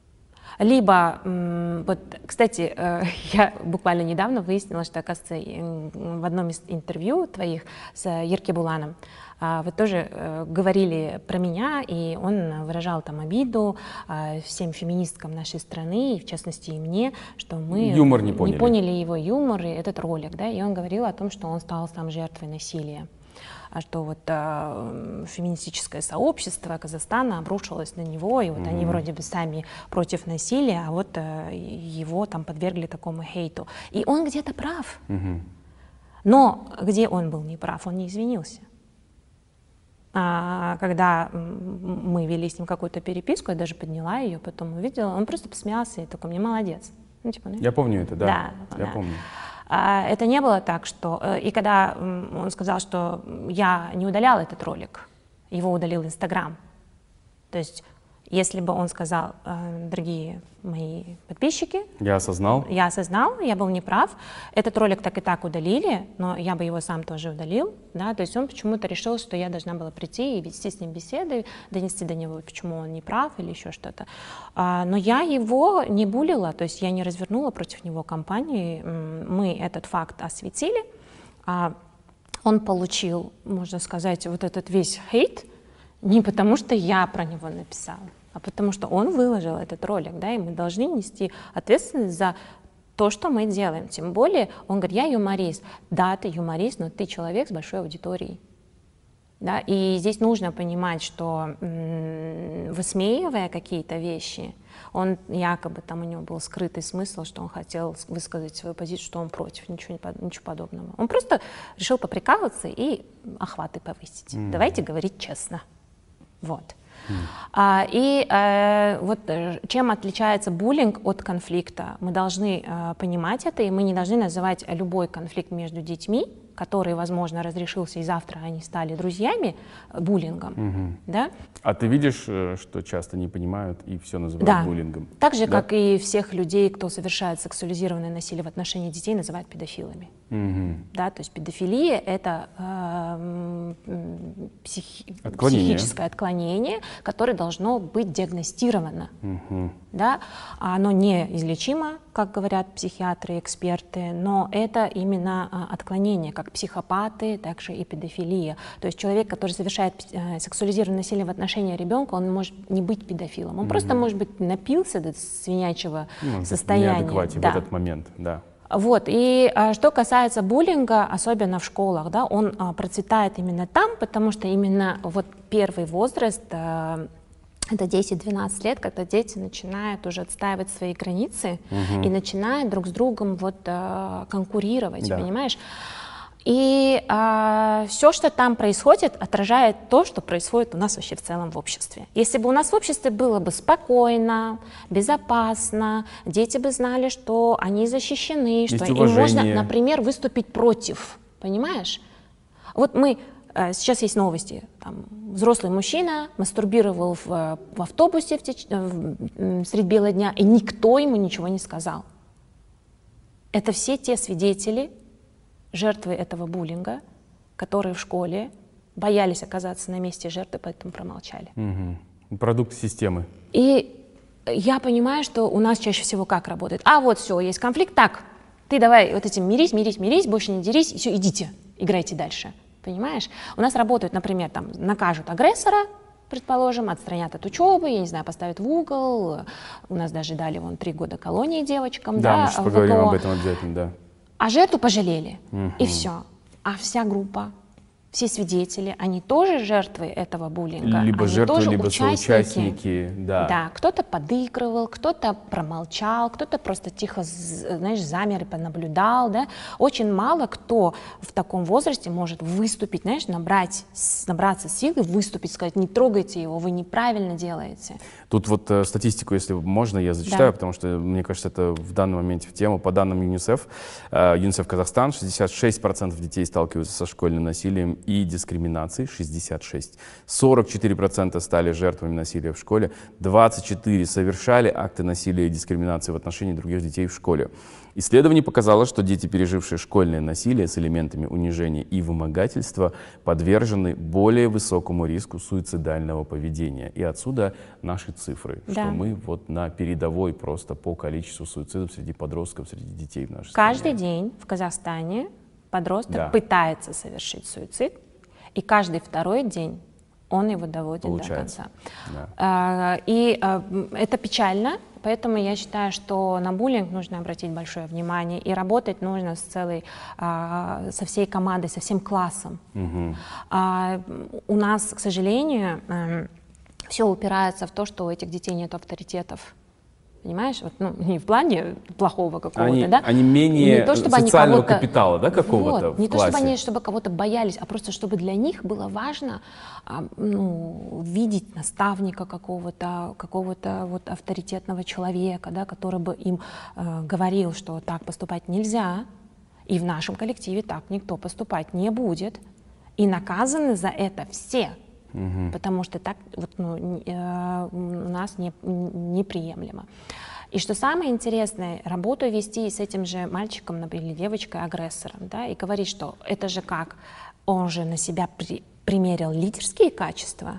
Либо, вот, кстати, я буквально недавно выяснила, что, оказывается, в одном из интервью твоих с Еркебуланом вы тоже говорили про меня, и он выражал там обиду всем феминисткам нашей страны, и в частности и мне, что мы юмор не поняли. не поняли его юмор и этот ролик, да, и он говорил о том, что он стал сам жертвой насилия. А что вот а, феминистическое сообщество Казахстана обрушилось на него, и вот mm-hmm. они вроде бы сами против насилия, а вот а, его там подвергли такому хейту. И он где-то прав. Mm-hmm. Но где он был неправ, он не извинился. А, когда мы вели с ним какую-то переписку, я даже подняла ее, потом увидела, он просто посмеялся и такой: мне молодец. Ну, типа, ну, я помню это, да, да я да. помню. А, это не было так, что... И когда он сказал, что я не удалял этот ролик, его удалил Инстаграм. То есть, если бы он сказал, дорогие мои подписчики... Я осознал. Я осознал, я был неправ. Этот ролик так и так удалили, но я бы его сам тоже удалил. Да? То есть он почему-то решил, что я должна была прийти и вести с ним беседы, донести до него, почему он не прав или еще что-то. А, но я его не булила, то есть я не развернула против него кампании. Мы этот факт осветили. А он получил, можно сказать, вот этот весь хейт не потому, что я про него написала, а потому что он выложил этот ролик, да, и мы должны нести ответственность за то, что мы делаем. Тем более, он говорит, я юморист. Да, ты юморист, но ты человек с большой аудиторией. Да? И здесь нужно понимать, что м-м, высмеивая какие-то вещи, он якобы, там у него был скрытый смысл, что он хотел высказать свою позицию, что он против, ничего, не, ничего подобного. Он просто решил поприкалываться и охваты повысить. Mm. Давайте говорить честно. Вот. Mm. А, и а, вот чем отличается буллинг от конфликта? Мы должны а, понимать это, и мы не должны называть любой конфликт между детьми, который, возможно, разрешился, и завтра они стали друзьями, буллингом. Mm-hmm. Да? А ты видишь, что часто не понимают и все называют да. буллингом? Так же, да? как и всех людей, кто совершает сексуализированное насилие в отношении детей, называют педофилами. Mm-hmm. Да? То есть педофилия — это э, психи- психическое отклонение, которое должно быть диагностировано. Mm-hmm. Да? Оно неизлечимо, как говорят психиатры и эксперты, но это именно отклонение, как психопаты, так же и педофилия. То есть человек, который совершает сексуализированное насилие в отношении ребенка, он может не быть педофилом. Он mm-hmm. просто, может быть, напился до свинячьего ну, состояния. Неадеквате да. в этот момент, да. Вот. И а, что касается буллинга, особенно в школах, да, он а, процветает именно там, потому что именно вот первый возраст, а, это десять-двенадцать лет, когда дети начинают уже отстаивать свои границы угу. и начинают друг с другом вот, а, конкурировать, да. понимаешь? И а, все, что там происходит, отражает то, что происходит у нас вообще в целом в обществе. Если бы у нас в обществе было бы спокойно, безопасно, дети бы знали, что они защищены, есть что им уважение. можно, например, выступить против, понимаешь? Вот мы, сейчас есть новости, там, взрослый мужчина мастурбировал в, в автобусе в теч... в, средь бела дня, и никто ему ничего не сказал. Это все те свидетели, жертвы этого буллинга, которые в школе боялись оказаться на месте жертвы, поэтому промолчали. Угу. Продукт системы. И я понимаю, что у нас чаще всего как работает. А вот все, есть конфликт, так, ты давай вот этим мирись, мирись, мирись, больше не дерись, и все, идите, играйте дальше. Понимаешь? У нас работают, например, там, накажут агрессора, предположим, отстранят от учебы, я не знаю, поставят в угол. У нас даже дали вон три года колонии девочкам. Да, да, мы сейчас поговорим об этом обязательно, да. А жертву пожалели, угу. и все. А вся группа, все свидетели, они тоже жертвы этого буллинга. Либо они жертвы, тоже либо участники. соучастники. Да, да, кто-то подыгрывал, кто-то промолчал, кто-то просто тихо, знаешь, замер и понаблюдал. Да? Очень мало кто в таком возрасте может выступить, знаешь, набрать, набраться сил и выступить, сказать, не трогайте его, вы неправильно делаете. Тут вот э, статистику, если можно, я зачитаю, да. потому что, мне кажется, это в данный момент в тему. По данным ЮНИСЕФ, э, ЮНИСЕФ Казахстан, шестьдесят шесть процентов детей сталкиваются со школьным насилием и дискриминацией, шестьдесят шесть. сорок четыре процента стали жертвами насилия в школе, двадцать четыре процента совершали акты насилия и дискриминации в отношении других детей в школе. Исследование показало, что дети, пережившие школьное насилие с элементами унижения и вымогательства, подвержены более высокому риску суицидального поведения. И отсюда наши цифры, да. что мы вот на передовой просто по количеству суицидов среди подростков, среди детей в нашей Каждый стране. день в Казахстане подросток да. пытается совершить суицид, и каждый второй день он его доводит Получается. до конца. Да. А, и а, это печально, поэтому я считаю, что на буллинг нужно обратить большое внимание, и работать нужно с целой, а, со всей командой, со всем классом. Угу. А, у нас, к сожалению, а, все упирается в то, что у этих детей нет авторитетов. Понимаешь, вот, ну, не в плане плохого какого-то, они, да? Они менее не то, чтобы социального они капитала, да, какого-то вот, в не классе. то, чтобы они чтобы кого-то боялись, а просто чтобы для них было важно а, ну, видеть наставника какого-то, какого-то вот авторитетного человека, да, который бы им э, говорил, что так поступать нельзя, и в нашем коллективе так никто поступать не будет, и наказаны за это все. Угу. Потому что так вот, ну, э, у нас не, неприемлемо. И что самое интересное, работу вести с этим же мальчиком, например, или девочкой-агрессором, да, и говорить, что это же как, он же на себя при, примерил лидерские качества,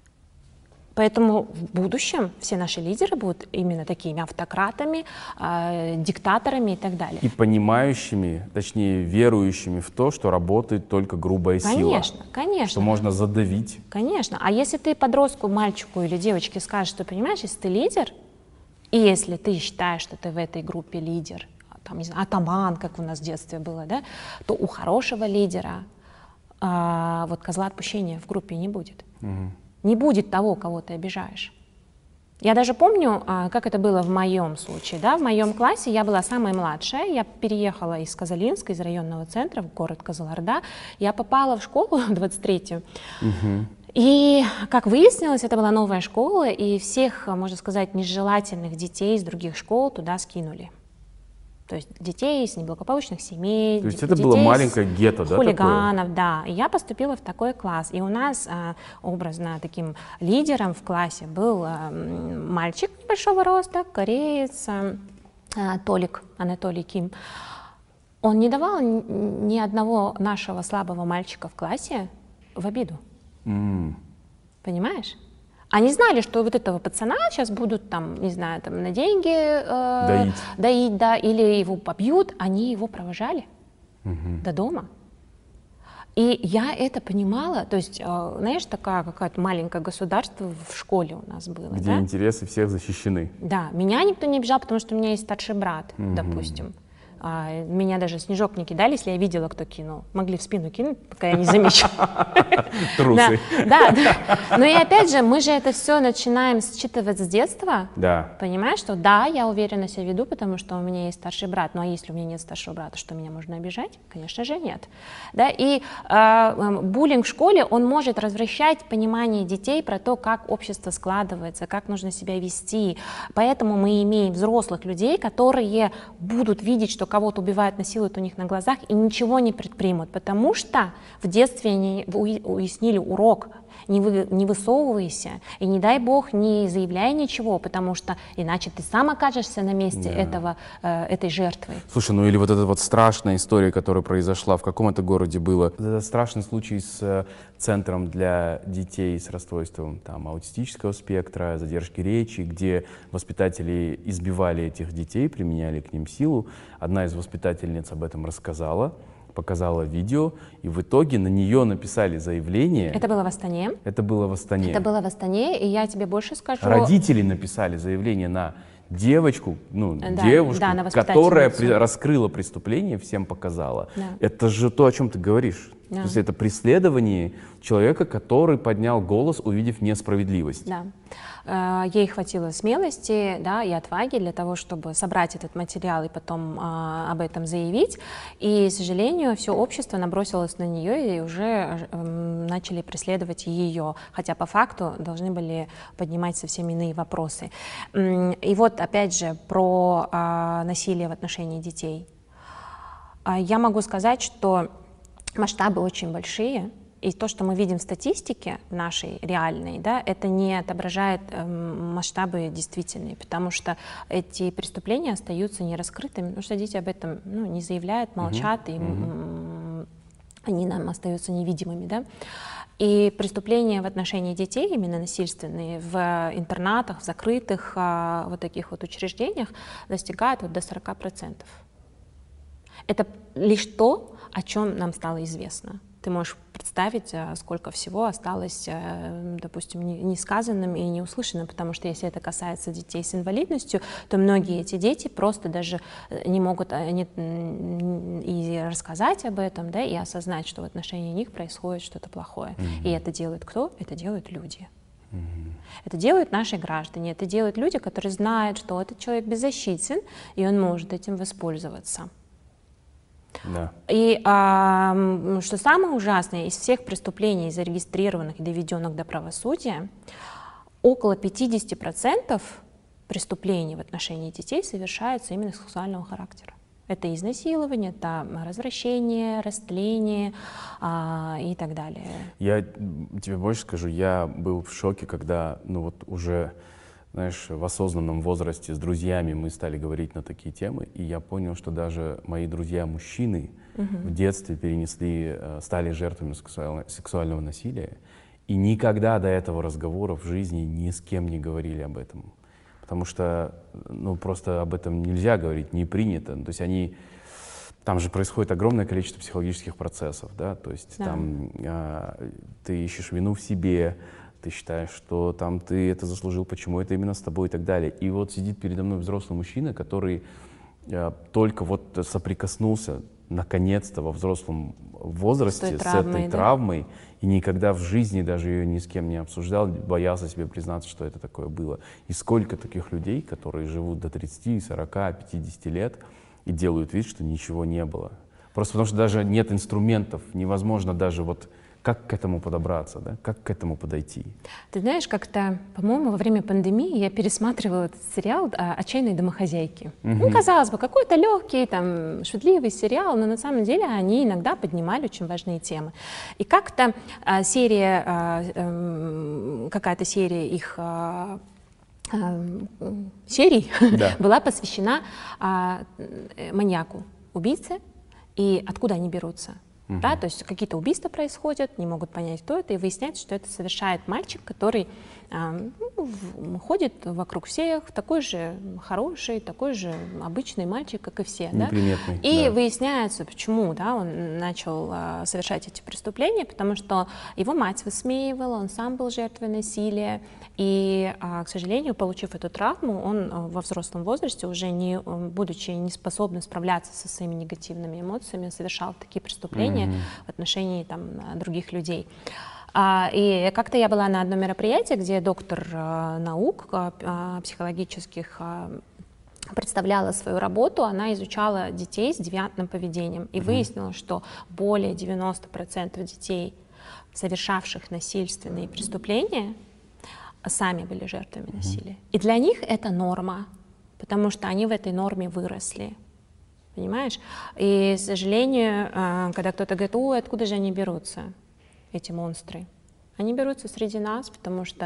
поэтому в будущем все наши лидеры будут именно такими автократами, э, диктаторами и так далее. И понимающими, точнее, верующими в то, что работает только грубая конечно, сила. Конечно, конечно. Что можно задавить. Конечно. А если ты подростку, мальчику или девочке скажешь, что, понимаешь, если ты лидер, и если ты считаешь, что ты в этой группе лидер, там, не знаю, атаман, как у нас в детстве было, да, то у хорошего лидера э, вот козла отпущения в группе не будет. Угу. Не будет того, кого ты обижаешь. Я даже помню, как это было в моем случае. Да? В моем классе я была самая младшая. Я переехала из Казалинска, из районного центра, в город Кызылорда. Я попала в школу двадцать третью. Угу. И, как выяснилось, это была новая школа, и всех, можно сказать, нежелательных детей из других школ туда скинули. То есть детей из неблагополучных семей, то есть это было маленькое гетто, да, хулиганов, такое? Да. И я поступила в такой класс. И у нас а, образно таким лидером в классе был а, мальчик небольшого роста, кореец, а, Толик, Анатолий Ким. Он не давал ни одного нашего слабого мальчика в классе в обиду. Mm. Понимаешь? Они знали, что вот этого пацана сейчас будут там, не знаю, там на деньги э, доить. доить, да, или его побьют, они его провожали угу. до дома. И я это понимала, то есть, э, знаешь, такая какая-то маленькое государство в школе у нас было. Где да? интересы всех защищены. Да, меня никто не обижал, потому что у меня есть старший брат, угу. допустим. А, меня даже снежок не кидали, если я видела, кто кинул. Могли в спину кинуть, пока я не замечала. Трусы. Да, да. Но и опять же, мы же это все начинаем считывать с детства. Да. Понимаешь, что да, я уверенно себя веду, потому что у меня есть старший брат. Ну а если у меня нет старшего брата, что меня можно обижать? Конечно же нет. Да, и э, буллинг в школе, он может развращать понимание детей про то, как общество складывается, как нужно себя вести. Поэтому мы имеем взрослых людей, которые будут видеть, что кого-то убивают, насилуют у них на глазах и ничего не предпримут, потому что в детстве они уяснили урок: не, вы, не высовывайся и не дай бог не заявляй ничего, потому что иначе ты сам окажешься на месте yeah. этого, э, этой жертвы. Слушай, ну или вот эта вот страшная история, которая произошла, в каком это городе было? Это страшный случай с центром для детей с расстройством там, аутистического спектра, задержки речи, где воспитатели избивали этих детей, применяли к ним силу. Одна из воспитательниц об этом рассказала, показала видео, и в итоге на нее написали заявление. Это было в Астане? Это было в Астане. Это было в Астане, и я тебе больше скажу. Родители написали заявление на девочку, ну, да, девушку, да, на которая при, раскрыла преступление, всем показала. Да. Это же то, о чем ты говоришь. Да. То есть это преследование человека, который поднял голос, увидев несправедливость. Да. Ей хватило смелости, да, и отваги для того, чтобы собрать этот материал и потом а, об этом заявить. И, к сожалению, все общество набросилось на нее и уже а, начали преследовать ее, хотя по факту должны были поднимать совсем иные вопросы. И вот, опять же, про а, насилие в отношении детей. А, я могу сказать, что масштабы очень большие. И то, что мы видим в статистике нашей реальной, да, это не отображает э, масштабы действительные, потому что эти преступления остаются нераскрытыми, потому что дети об этом ну, не заявляют, молчат, uh-huh. и uh-huh. они нам остаются невидимыми. Да? И преступления в отношении детей, именно насильственные, в интернатах, в закрытых э, вот таких вот учреждениях достигают вот до сорока процентов. Это лишь то, о чем нам стало известно. Ты можешь представить, сколько всего осталось, допустим, несказанным и неуслышанным, потому что если это касается детей с инвалидностью, то многие эти дети просто даже не могут они, и рассказать об этом, да, и осознать, что в отношении них происходит что-то плохое. Mm-hmm. И это делают кто? Это делают люди. Угу. Это делают наши граждане, это делают люди, которые знают, что этот человек беззащитен, и он может этим воспользоваться. Да. И а, что самое ужасное, из всех преступлений, зарегистрированных и доведенных до правосудия, около пятидесяти процентов преступлений в отношении детей совершаются именно сексуального характера. Это изнасилование, это развращение, растление а, и так далее. Я тебе больше скажу, я был в шоке, когда, ну вот уже, знаешь, в осознанном возрасте с друзьями мы стали говорить на такие темы, и я понял, что даже мои друзья-мужчины угу. в детстве перенесли, стали жертвами сексуального, сексуального насилия, и никогда до этого разговора в жизни ни с кем не говорили об этом. Потому что, ну, просто об этом нельзя говорить, не принято. То есть они, там же происходит огромное количество психологических процессов, да, то есть да. там а, ты ищешь вину в себе, ты считаешь, что там ты это заслужил, почему это именно с тобой и так далее. И вот сидит передо мной взрослый мужчина, который а, только вот соприкоснулся, наконец-то, во взрослом возрасте с, с этой да? травмой, и никогда в жизни даже ее ни с кем не обсуждал, боялся себе признаться, что это такое было. И сколько таких людей, которые живут до тридцати, сорока, пятидесяти лет и делают вид, что ничего не было. Просто потому что даже нет инструментов, невозможно даже вот как к этому подобраться, да? Как к этому подойти. Ты знаешь, как-то, по-моему, во время пандемии я пересматривала этот сериал «Отчаянные домохозяйки». Угу. Ну, казалось бы, какой-то легкий, там, шутливый сериал, но на самом деле они иногда поднимали очень важные темы. И как-то а, серия, а, а, какая-то серия их а, а, серий да. была посвящена а, маньяку, убийце, и откуда они берутся. Uh-huh. Да, то есть какие-то убийства происходят, не могут понять, кто это, и выясняется, что это совершает мальчик, который э, ну, ходит вокруг всех, такой же хороший, такой же обычный мальчик, как и все. Неприметный. Да? И да. выясняется, почему да, он начал э, совершать эти преступления, потому что его мать высмеивала, он сам был жертвой насилия, и, э, к сожалению, получив эту травму, он э, во взрослом возрасте, уже не, будучи не способным справляться со своими негативными эмоциями, совершал такие преступления в отношении там, других людей. А, и как-то я была на одном мероприятии, где доктор а, наук а, психологических а, представляла свою работу, она изучала детей с девиантным поведением и mm-hmm. выяснила, что более девяноста процентов детей, совершавших насильственные преступления, сами были жертвами mm-hmm. насилия. И для них это норма, потому что они в этой норме выросли. Понимаешь? И, к сожалению, когда кто-то говорит, ой, откуда же они берутся, эти монстры? Они берутся среди нас, потому что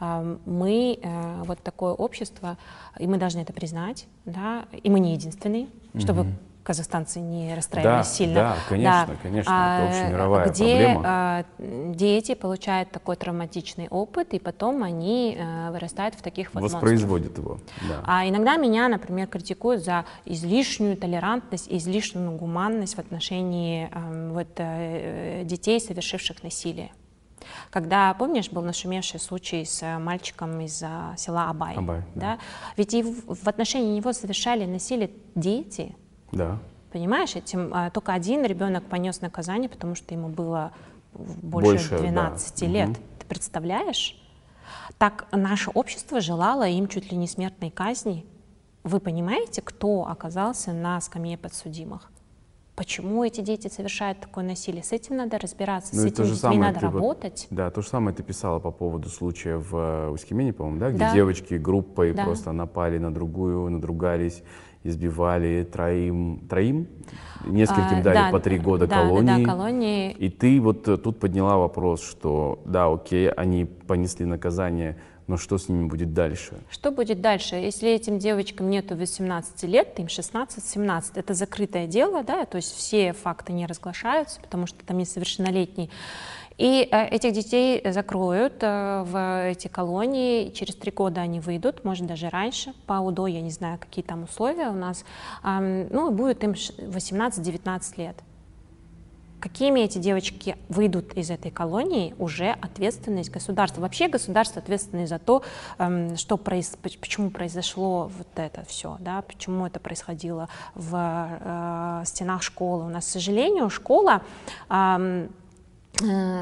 мы вот такое общество, и мы должны это признать, да, и мы не единственные, mm-hmm. чтобы казахстанцы не расстраивались да, сильно. Да, конечно, да. конечно, а, это общемировая где, проблема. А, дети получают такой травматичный опыт, и потом они а, вырастают в таких вот монстрах. Воспроизводят его. Да. А иногда меня, например, критикуют за излишнюю толерантность, излишнюю гуманность в отношении а, вот, а, детей, совершивших насилие. Когда, помнишь, был нашумевший случай с мальчиком из а, села Абай, Абай да? Да? Ведь и в, в отношении него совершали насилие дети. Да. Понимаешь, этим а, только один ребенок понес наказание, потому что ему было больше, больше двенадцати да. лет. Угу. Ты представляешь? Так наше общество желало им чуть ли не смертной казни. Вы понимаете, кто оказался на скамье подсудимых? Почему эти дети совершают такое насилие? С этим надо разбираться, ну, с этими детьми надо работать. Вот, да, то же самое ты писала по поводу случая в Усть-Кемене, по-моему, да, где да. девочки группой да. просто напали на другую, надругались, избивали троим, троим? Нескольким а, дали да, по три года да, колонии. Да, да, колонии. И ты вот тут подняла вопрос, что да, окей, они понесли наказание, но что с ними будет дальше? Что будет дальше? Если этим девочкам нету восемнадцати лет, им шестнадцать-семнадцать, это закрытое дело, да, то есть все факты не разглашаются, потому что там несовершеннолетний. И э, этих детей закроют э, в эти колонии, через три года они выйдут, может даже раньше, по УДО, я не знаю, какие там условия у нас, э, ну, будет им восемнадцать-девятнадцать лет. Какими эти девочки выйдут из этой колонии, уже ответственность государства. Вообще государство ответственное за то, э, что произ... почему произошло вот это все, да, почему это происходило в э, стенах школы. У нас, к сожалению, школа... Э,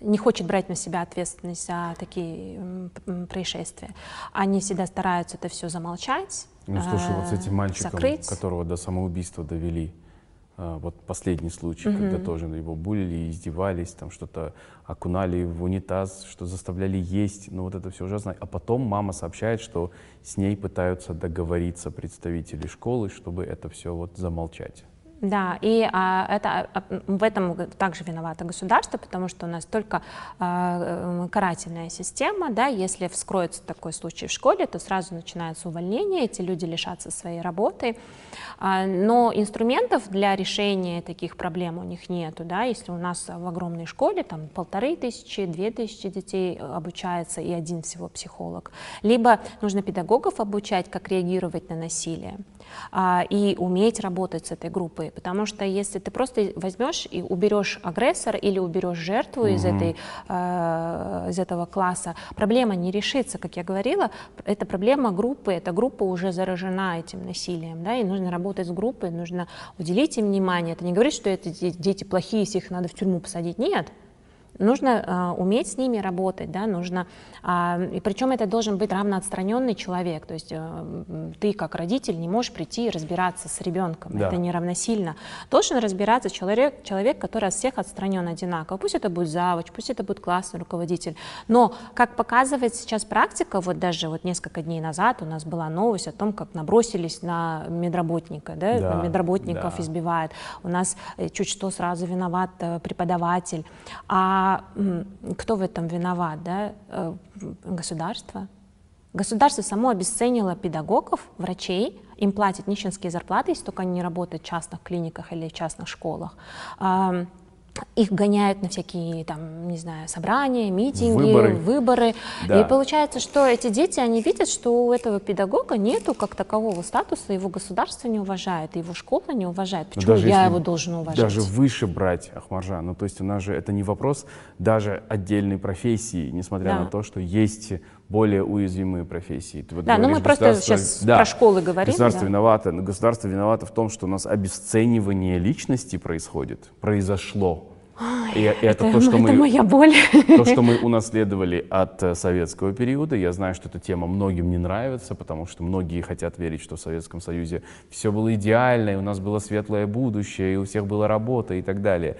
не хочет брать на себя ответственность за такие происшествия. Они всегда стараются это все замолчать, Ну, слушай, вот с этим мальчиком, закрыть. которого до самоубийства довели, вот последний случай, mm-hmm. когда тоже его булили, издевались, там что-то окунали в унитаз, что заставляли есть, ну вот это все ужасно. А потом мама сообщает, что с ней пытаются договориться представители школы, чтобы это все вот замолчать. Да, и а, это, а, в этом также виновато государство, потому что у нас только а, карательная система, да, если вскроется такой случай в школе, то сразу начинается увольнение, эти люди лишатся своей работы, а, но инструментов для решения таких проблем у них нету, да, если у нас в огромной школе там полторы тысячи, две тысячи детей обучается и один всего психолог, либо нужно педагогов обучать, как реагировать на насилие, а, и уметь работать с этой группой. Потому что если ты просто возьмешь и уберешь агрессора или уберешь жертву mm-hmm. из, этой, э, из этого класса, проблема не решится. Как я говорила, это проблема группы, эта группа уже заражена этим насилием, да, и нужно работать с группой, нужно уделить им внимание. Это не говорит, что это дети плохие, если их надо в тюрьму посадить. Нет. Нужно э, уметь с ними работать, да, нужно, э, и причем это должен быть равноотстраненный человек, то есть э, ты как родитель не можешь прийти и разбираться с ребенком, да. Это не равносильно. Должен разбираться человек, человек, который от всех отстранен одинаково, пусть это будет завуч, пусть это будет классный руководитель, но, как показывает сейчас практика, вот даже вот несколько дней назад у нас была новость о том, как набросились на медработника, да, да, на медработников да. избивают, у нас чуть что сразу виноват преподаватель, а А кто в этом виноват? Да? Государство. Государство само обесценило педагогов, врачей, им платят нищенские зарплаты, если только они не работают в частных клиниках или в частных школах. Их гоняют на всякие, там, не знаю, собрания, митинги, выборы. выборы. Да. И получается, что эти дети, они видят, что у этого педагога нету как такового статуса, его государство не уважает, его школа не уважает. Почему даже я его должен уважать? Даже выше брать, Ахмаржан, ну то есть у нас же это не вопрос даже отдельной профессии, несмотря да. на то, что есть более уязвимые профессии. Ты вот да, но мы просто сейчас да, про школы говорим. Государство да. виновато, но государство виновато в том, что у нас обесценивание личности происходит, произошло. Ой, и, и это, это, то, что это мы, моя боль. То, что мы унаследовали от uh, советского периода. Я знаю, что эта тема многим не нравится, потому что многие хотят верить, что в Советском Союзе все было идеально, и у нас было светлое будущее, и у всех была работа и так далее.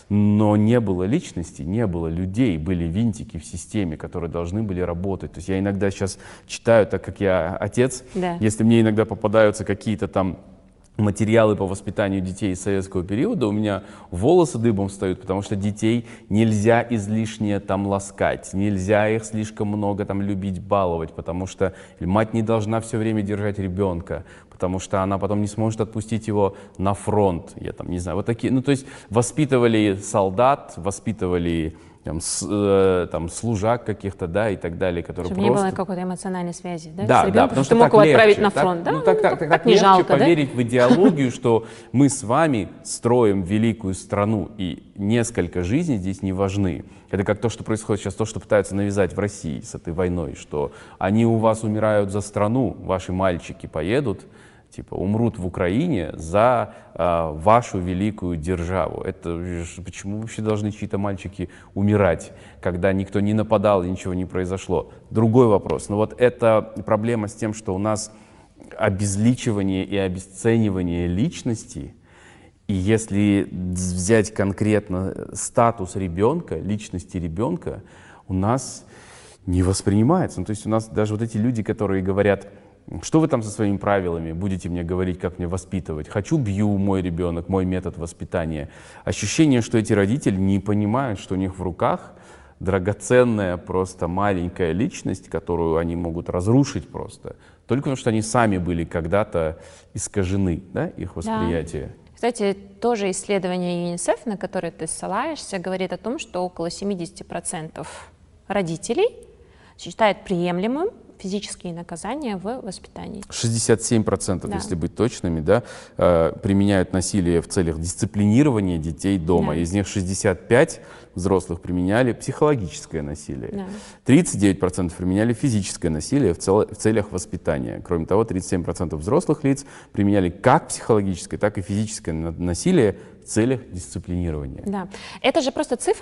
Но не было личности, не было людей, были винтики в системе, которые должны были работать. То есть я иногда сейчас читаю, так как я отец, да. если мне иногда попадаются какие-то там материалы по воспитанию детей из советского периода, у меня волосы дыбом встают, потому что детей нельзя излишне там ласкать, нельзя их слишком много там любить, баловать, потому что мать не должна все время держать ребенка, потому что она потом не сможет отпустить его на фронт. Я там не знаю, вот такие, ну то есть воспитывали солдат, воспитывали Там, с, э, там, служак каких-то, да, и так далее, которые Чтобы просто... не было какой-то эмоциональной связи, да, да, с ребенком, да, потому что ты мог его легче, отправить на так, фронт, да? Ну, так, так, так, так, так не легче жалко, поверить да? в идеологию, что мы с вами строим великую страну, и несколько жизней здесь не важны. Это как то, что происходит сейчас, то, что пытаются навязать в России с этой войной, что они у вас умирают за страну, ваши мальчики поедут, типа умрут в Украине за а, вашу великую державу. Это почему вообще должны чьи-то мальчики умирать, когда никто не нападал и ничего не произошло? Другой вопрос. Но вот эта проблема с тем, что у нас обезличивание и обесценивание личности, и если взять конкретно статус ребенка, личности ребенка, у нас не воспринимается. Ну, то есть у нас даже вот эти люди, которые говорят: что вы там со своими правилами будете мне говорить, как мне воспитывать? Хочу, бью, мой ребенок, мой метод воспитания. Ощущение, что эти родители не понимают, что у них в руках драгоценная просто маленькая личность, которую они могут разрушить просто, только потому что они сами были когда-то искажены, да, их восприятие. Да. Кстати, тоже исследование ЮНИСЕФ, на которое ты ссылаешься, говорит о том, что около семьдесят процентов родителей считают приемлемым физические наказания в воспитании. шестьдесят семь процентов, да. если быть точными, да, э, применяют насилие в целях дисциплинирования детей дома. Да. Из них шестьдесят пять взрослых применяли психологическое насилие. Да. тридцать девять процентов применяли физическое насилие в, цел, в целях воспитания. Кроме того, тридцать семь процентов взрослых лиц применяли как психологическое, так и физическое насилие в целях дисциплинирования. Да. Это же просто цифры.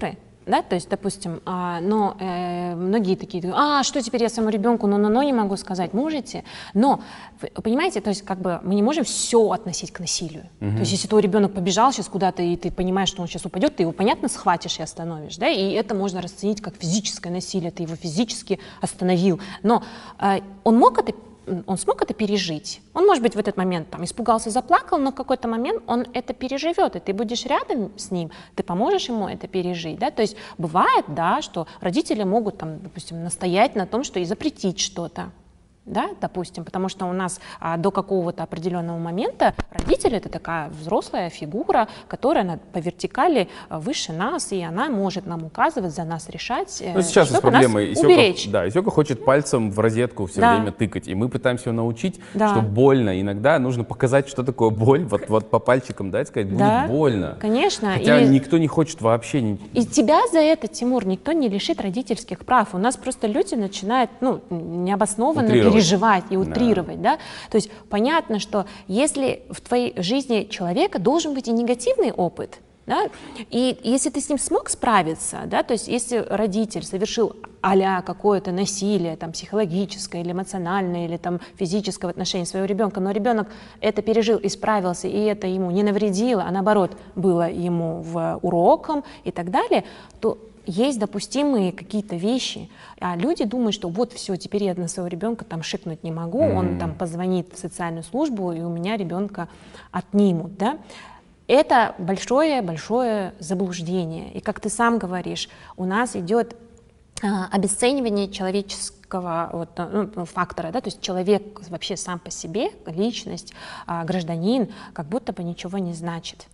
Да, то есть, допустим, а, но э, многие такие, а что теперь я своему ребенку, ну, ну, ну, не могу сказать, можете, но, вы понимаете, то есть, как бы мы не можем все относить к насилию. Mm-hmm. То есть, если твой ребенок побежал сейчас куда-то, и ты понимаешь, что он сейчас упадет, ты его, понятно, схватишь и остановишь, да, и это можно расценить как физическое насилие, ты его физически остановил, но э, он мог это он смог это пережить. Он, может быть, в этот момент там испугался, заплакал, но в какой-то момент он это переживет, и ты будешь рядом с ним, ты поможешь ему это пережить, да, то есть бывает, да, что родители могут, там, допустим, настоять на том, что и запретить что-то, да, допустим, потому что у нас а, до какого-то определенного момента родитель — это такая взрослая фигура, которая на, по вертикали а, выше нас, и она может нам указывать, за нас решать, э, ну, сейчас чтобы нас уберечь. Да, Исёка хочет пальцем в розетку все да. время тыкать, и мы пытаемся ее научить, да. что больно. Иногда нужно показать, что такое боль, вот, вот по пальчикам дать, сказать, будет да, больно. Конечно. Хотя и, никто не хочет вообще. Не... И тебя за это, Тимур, никто не лишит родительских прав. У нас просто люди начинают, ну, необоснованно переживать и утрировать, да. да? То есть понятно, что если в твоей жизни человека должен быть и негативный опыт, да, и если ты с ним смог справиться, да, то есть если родитель совершил а-ля какое-то насилие, там, психологическое или эмоциональное, или там, физическое в отношении своего ребенка, но ребенок это пережил и справился, и это ему не навредило, а наоборот было ему в уроком и так далее, то есть допустимые какие-то вещи, а люди думают, что вот все, теперь я на своего ребенка там шикнуть не могу, mm-hmm. он там позвонит в социальную службу, и у меня ребенка отнимут, да. Это большое-большое заблуждение. И как ты сам говоришь, у нас идет а, обесценивание человеческого вот, ну, фактора, да, то есть человек вообще сам по себе, личность, а, гражданин, как будто бы ничего не значит.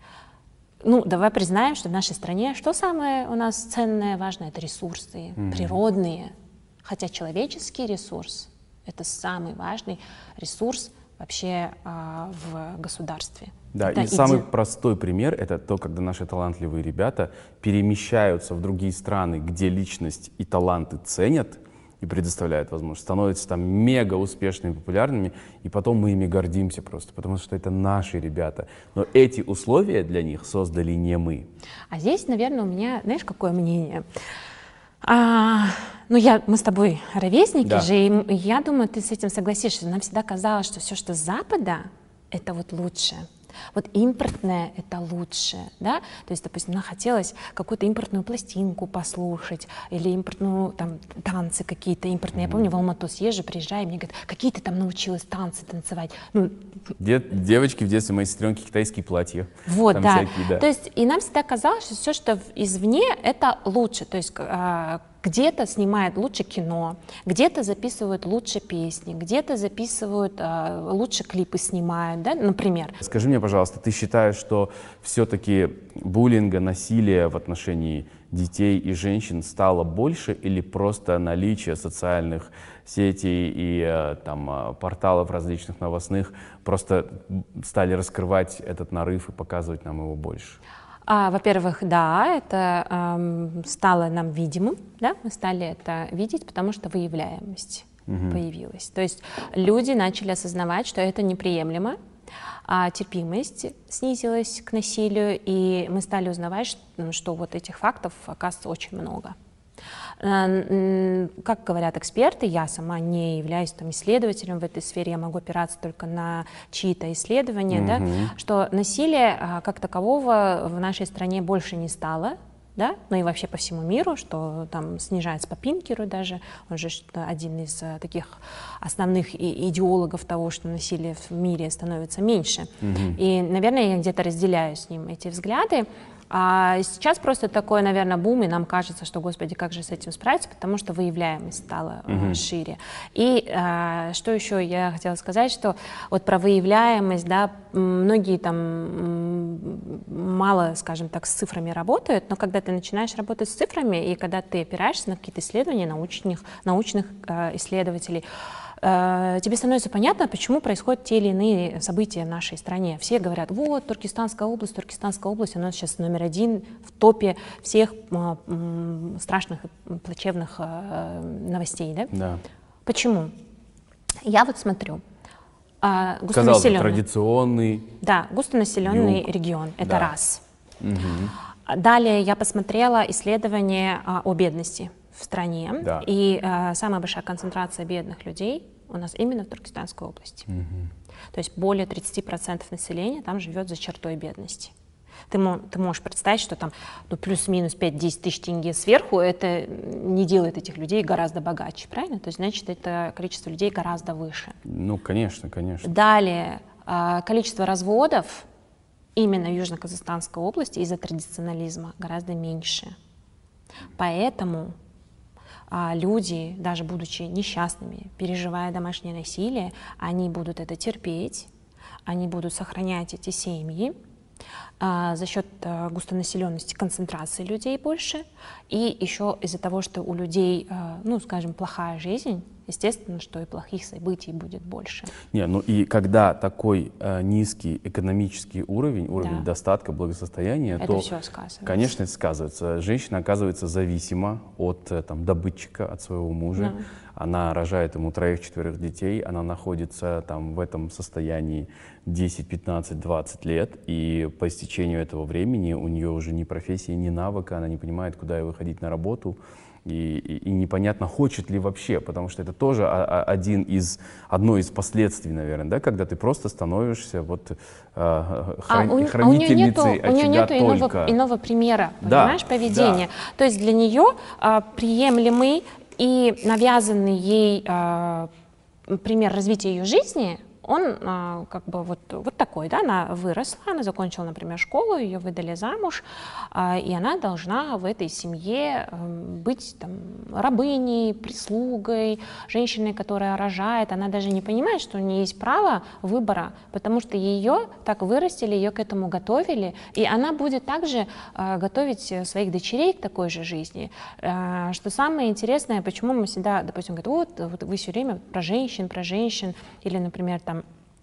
Ну, давай признаем, что в нашей стране что самое у нас ценное, важное? Это ресурсы mm-hmm. природные. Хотя человеческий ресурс — это самый важный ресурс вообще а, в государстве. Да, это и иде... самый простой пример — это то, когда наши талантливые ребята перемещаются в другие страны, где личность и таланты ценят и предоставляют возможность, становятся там мега успешными, популярными, и потом мы ими гордимся просто, потому что это наши ребята. Но эти условия для них создали не мы. А здесь, наверное, у меня, знаешь, какое мнение? А, ну, я, мы с тобой ровесники да. же, и я думаю, ты с этим согласишься. Нам всегда казалось, что все, что с Запада, это вот лучше. Вот импортное — это лучше, да, то есть, допустим, нам хотелось какую-то импортную пластинку послушать или импортную, там, танцы какие-то импортные. Mm-hmm. Я помню, в Алмату съезжу, приезжаю, и мне говорят, какие ты там научилась танцы танцевать? Ну, Дет, девочки в детстве, мои сестренки, китайские платья. Вот, там да. всякие, да. То есть, и нам всегда казалось, что все, что извне, это лучше, то есть, а, где-то снимают лучше кино, где-то записывают лучше песни, где-то записывают, а, лучше клипы снимают, да, например. Скажи мне, пожалуйста, ты считаешь, что все-таки буллинга, насилия в отношении детей и женщин стало больше или просто наличие социальных сетей и там, порталов различных новостных просто стали раскрывать этот нарыв и показывать нам его больше? А, во-первых, да, это эм, стало нам видимым, да, мы стали это видеть, потому что выявляемость угу. появилась. То есть люди начали осознавать, что это неприемлемо, а терпимость снизилась к насилию, и мы стали узнавать, что, что вот этих фактов, оказывается, очень много. Как говорят эксперты, я сама не являюсь там, исследователем в этой сфере, я могу опираться только на чьи-то исследования, mm-hmm. да, что насилие как такового в нашей стране больше не стало, да, ну и вообще по всему миру, что там снижается по Пинкеру даже, он же один из таких основных идеологов того, что насилие в мире становится меньше. Mm-hmm. И, наверное, я где-то разделяю с ним эти взгляды. А сейчас просто такой, наверное, бум, и нам кажется, что, господи, как же с этим справиться, потому что выявляемость стала mm-hmm. шире. И а, что еще я хотела сказать, что вот про выявляемость, да, многие там мало, скажем так, с цифрами работают, но когда ты начинаешь работать с цифрами, и когда ты опираешься на какие-то исследования научных, научных э, исследователей, тебе становится понятно, почему происходят те или иные события в нашей стране. Все говорят, вот, Туркестанская область, Туркестанская область, она сейчас номер один в топе всех страшных и плачевных новостей, да? Да. Почему? Я вот смотрю. Казалось бы, традиционный. Да, густонаселенный юг. Регион, это да. раз. Угу. Далее я посмотрела исследование а, о бедности в стране, да. и а, самая большая концентрация бедных людей у нас именно в Туркестанской области. Угу. То есть более тридцати процентов населения там живет за чертой бедности. Ты, ты можешь представить, что там ну, плюс-минус пять-десять тысяч тенге сверху, это не делает этих людей гораздо богаче, правильно? То есть, значит, это количество людей гораздо выше. Ну, конечно, конечно. Далее, количество разводов именно в Южно-Казахстанской области из-за традиционализма гораздо меньше. Поэтому люди, даже будучи несчастными, переживая домашнее насилие, они будут это терпеть, они будут сохранять эти семьи, за счет густонаселенности, концентрации людей больше, и еще из-за того, что у людей, ну, скажем, плохая жизнь, естественно, что и плохих событий будет больше. Не, ну и когда такой э, низкий экономический уровень, уровень да. достатка, благосостояния, это то, все сказывается. Конечно, это сказывается. Женщина оказывается зависима от там, добытчика, от своего мужа. Да. Она рожает ему троих-четверых детей, она находится там, в этом состоянии десять, пятнадцать, двадцать лет, и по истечению этого времени у нее уже ни профессии, ни навыка, она не понимает, куда ей выходить на работу. И, и, и непонятно, хочет ли вообще, потому что это тоже один из, одно из последствий, наверное, да, когда ты просто становишься вот, э, хран, а у, хранительницей а у нее нету, очага у нее только. Иного, иного примера, понимаешь, да, поведения. Да. То есть для нее э, приемлемый и навязанный ей э, пример развития ее жизни, он а, как бы вот, вот такой, да, она выросла, она закончила, например, школу, ее выдали замуж, а, и она должна в этой семье а, быть там, рабыней, прислугой, женщиной, которая рожает, она даже не понимает, что у нее есть право выбора, потому что ее так вырастили, ее к этому готовили, и она будет также а, готовить своих дочерей к такой же жизни. А, что самое интересное, почему мы всегда, допустим, говорим, вот, вот вы все время про женщин, про женщин, или, например, там,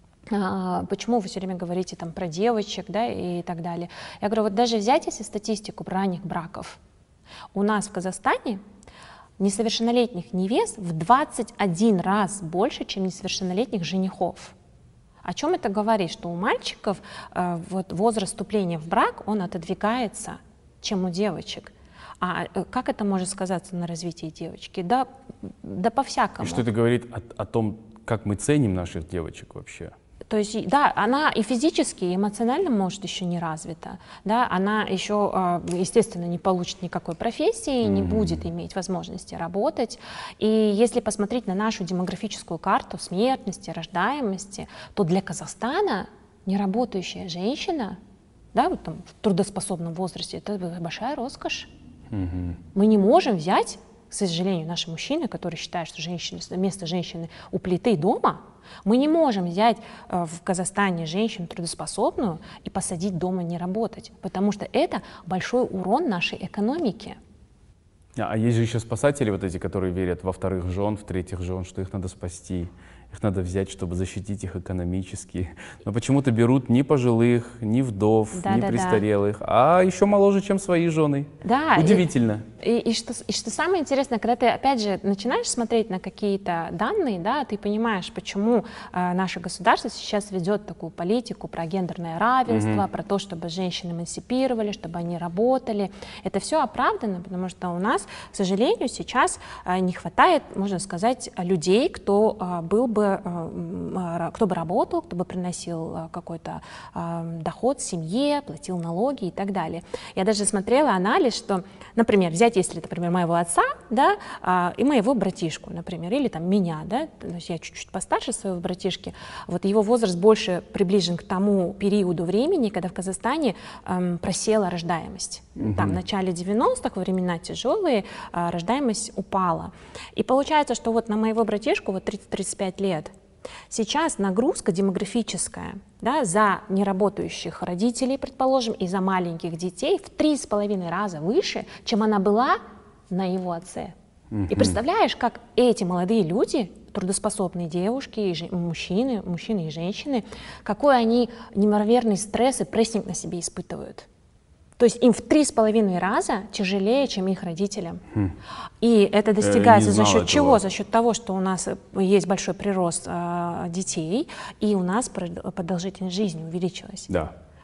почему вы все время говорите там, про девочек, да, и так далее. Я говорю, вот даже взять если статистику про ранних браков, у нас в Казахстане несовершеннолетних невест в двадцать один раз больше, чем несовершеннолетних женихов. О чем это говорит? Что у мальчиков э, вот, возраст вступления в брак, он отодвигается, чем у девочек. А как это может сказаться на развитии девочки? Да, да по-всякому. И что это говорит о, о том, как мы ценим наших девочек вообще? То есть, да, она и физически, и эмоционально, может, еще не развита, да, она еще, естественно, не получит никакой профессии, mm-hmm. не будет иметь возможности работать. И если посмотреть на нашу демографическую карту смертности, рождаемости, то для Казахстана неработающая женщина, да, вот там, в трудоспособном возрасте, это большая роскошь. Mm-hmm. Мы не можем взять, к сожалению, наши мужчины, которые считают, что женщина, место женщины у плиты дома, мы не можем взять э, в Казахстане женщину трудоспособную и посадить дома не работать, потому что это большой урон нашей экономике. А, а есть же еще спасатели, вот эти, которые верят во вторых жен, в третьих жен, что их надо спасти. Их надо взять, чтобы защитить их экономически. Но почему-то берут не пожилых, не вдов, да, не да, престарелых, да. а еще моложе, чем свои жены. Да, удивительно. И, и, и, что, и что самое интересное, когда ты, опять же, начинаешь смотреть на какие-то данные, да, ты понимаешь, почему э, наше государство сейчас ведет такую политику про гендерное равенство, угу. про то, чтобы женщин эмансипировали, чтобы они работали. Это все оправдано, потому что у нас, к сожалению, сейчас э, не хватает, можно сказать, людей, кто э, был бы кто бы работал, кто бы приносил какой-то э, доход семье, платил налоги и так далее. Я даже смотрела анализ, что, например, взять, если, например, моего отца, да, э, и моего братишку, например, или там меня, да, то есть я чуть-чуть постарше своего братишки, вот его возраст больше приближен к тому периоду времени, когда в Казахстане э, просела рождаемость. Угу. Там в начале девяностых, во времена тяжелые, э, рождаемость упала. И получается, что вот на моего братишку вот тридцать-тридцать пять лет, сейчас нагрузка демографическая, да, за неработающих родителей, предположим, и за маленьких детей в три с половиной раза выше, чем она была на его отце. Mm-hmm. И представляешь, как эти молодые люди, трудоспособные девушки, и жен... мужчины, мужчины и женщины, какой они неимоверный стресс и прессинг на себе испытывают. То есть им в три с половиной раза тяжелее, чем их родителям. Хм. И это достигается за счет этого. Чего? За счет того, что у нас есть большой прирост э, детей, и у нас продолжительность жизни увеличилась. Да.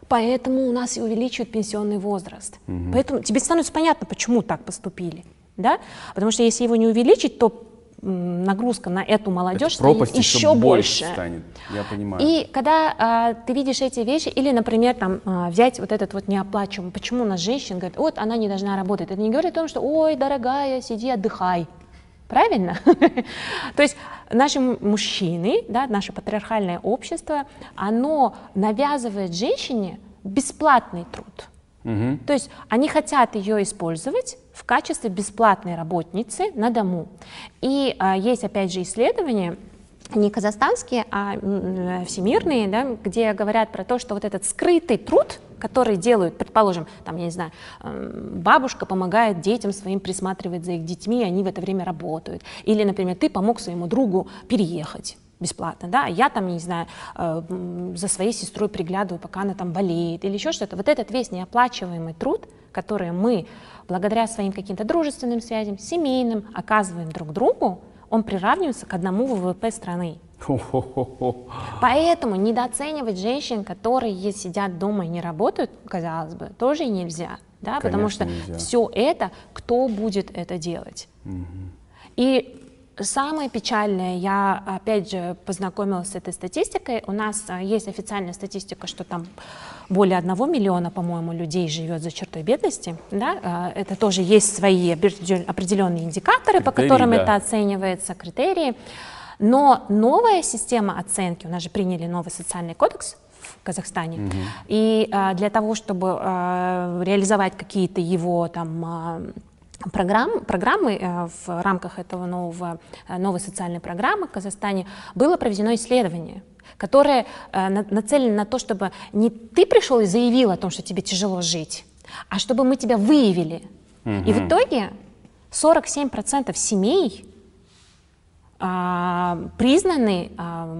Поэтому у нас и увеличивают пенсионный возраст. Угу. Поэтому тебе становится понятно, почему так поступили. Да? Потому что если его не увеличить, то нагрузка на эту молодежь станет еще больше. Станет. Я понимаю. И когда а, ты видишь эти вещи, или, например, там, а, взять вот этот вот неоплачиваемый, почему у нас женщина говорит, вот она не должна работать, это не говорит о том, что, ой, дорогая, сиди, отдыхай. Правильно? То есть наши мужчины, да, наше патриархальное общество, оно навязывает женщине бесплатный труд. Угу. То есть они хотят ее использовать в качестве бесплатной работницы на дому. И а, есть, опять же, исследования, не казахстанские, а м, всемирные, да, где говорят про то, что вот этот скрытый труд, который делают, предположим, там, я не знаю, бабушка помогает детям своим присматривать за их детьми, и они в это время работают. Или, например, ты помог своему другу переехать бесплатно, да, а я там, не знаю, за своей сестрой приглядываю, пока она там болеет, или еще что-то. Вот этот весь неоплачиваемый труд, который мы, благодаря своим каким-то дружественным связям, семейным, оказываем друг другу, он приравнивается к одному ВВП страны. Поэтому недооценивать женщин, которые сидят дома и не работают, казалось бы, тоже нельзя, да, потому что нельзя. Все это, кто будет это делать. Угу. И самое печальное, я опять же познакомилась с этой статистикой, у нас есть официальная статистика, что там более одного миллиона, по-моему, людей живет за чертой бедности, да? Это тоже есть свои определенные индикаторы, критерии, по которым да. это оценивается, критерии. Но новая система оценки, у нас же приняли новый социальный кодекс в Казахстане, угу. и а, для того, чтобы а, реализовать какие-то его там а, программ, программы а, в рамках этого нового, а, новой социальной программы в Казахстане, было проведено исследование, которое а, на, нацелено на то, чтобы не ты пришел и заявил о том, что тебе тяжело жить, а чтобы мы тебя выявили. Угу. И в итоге сорок семь процентов семей признаны,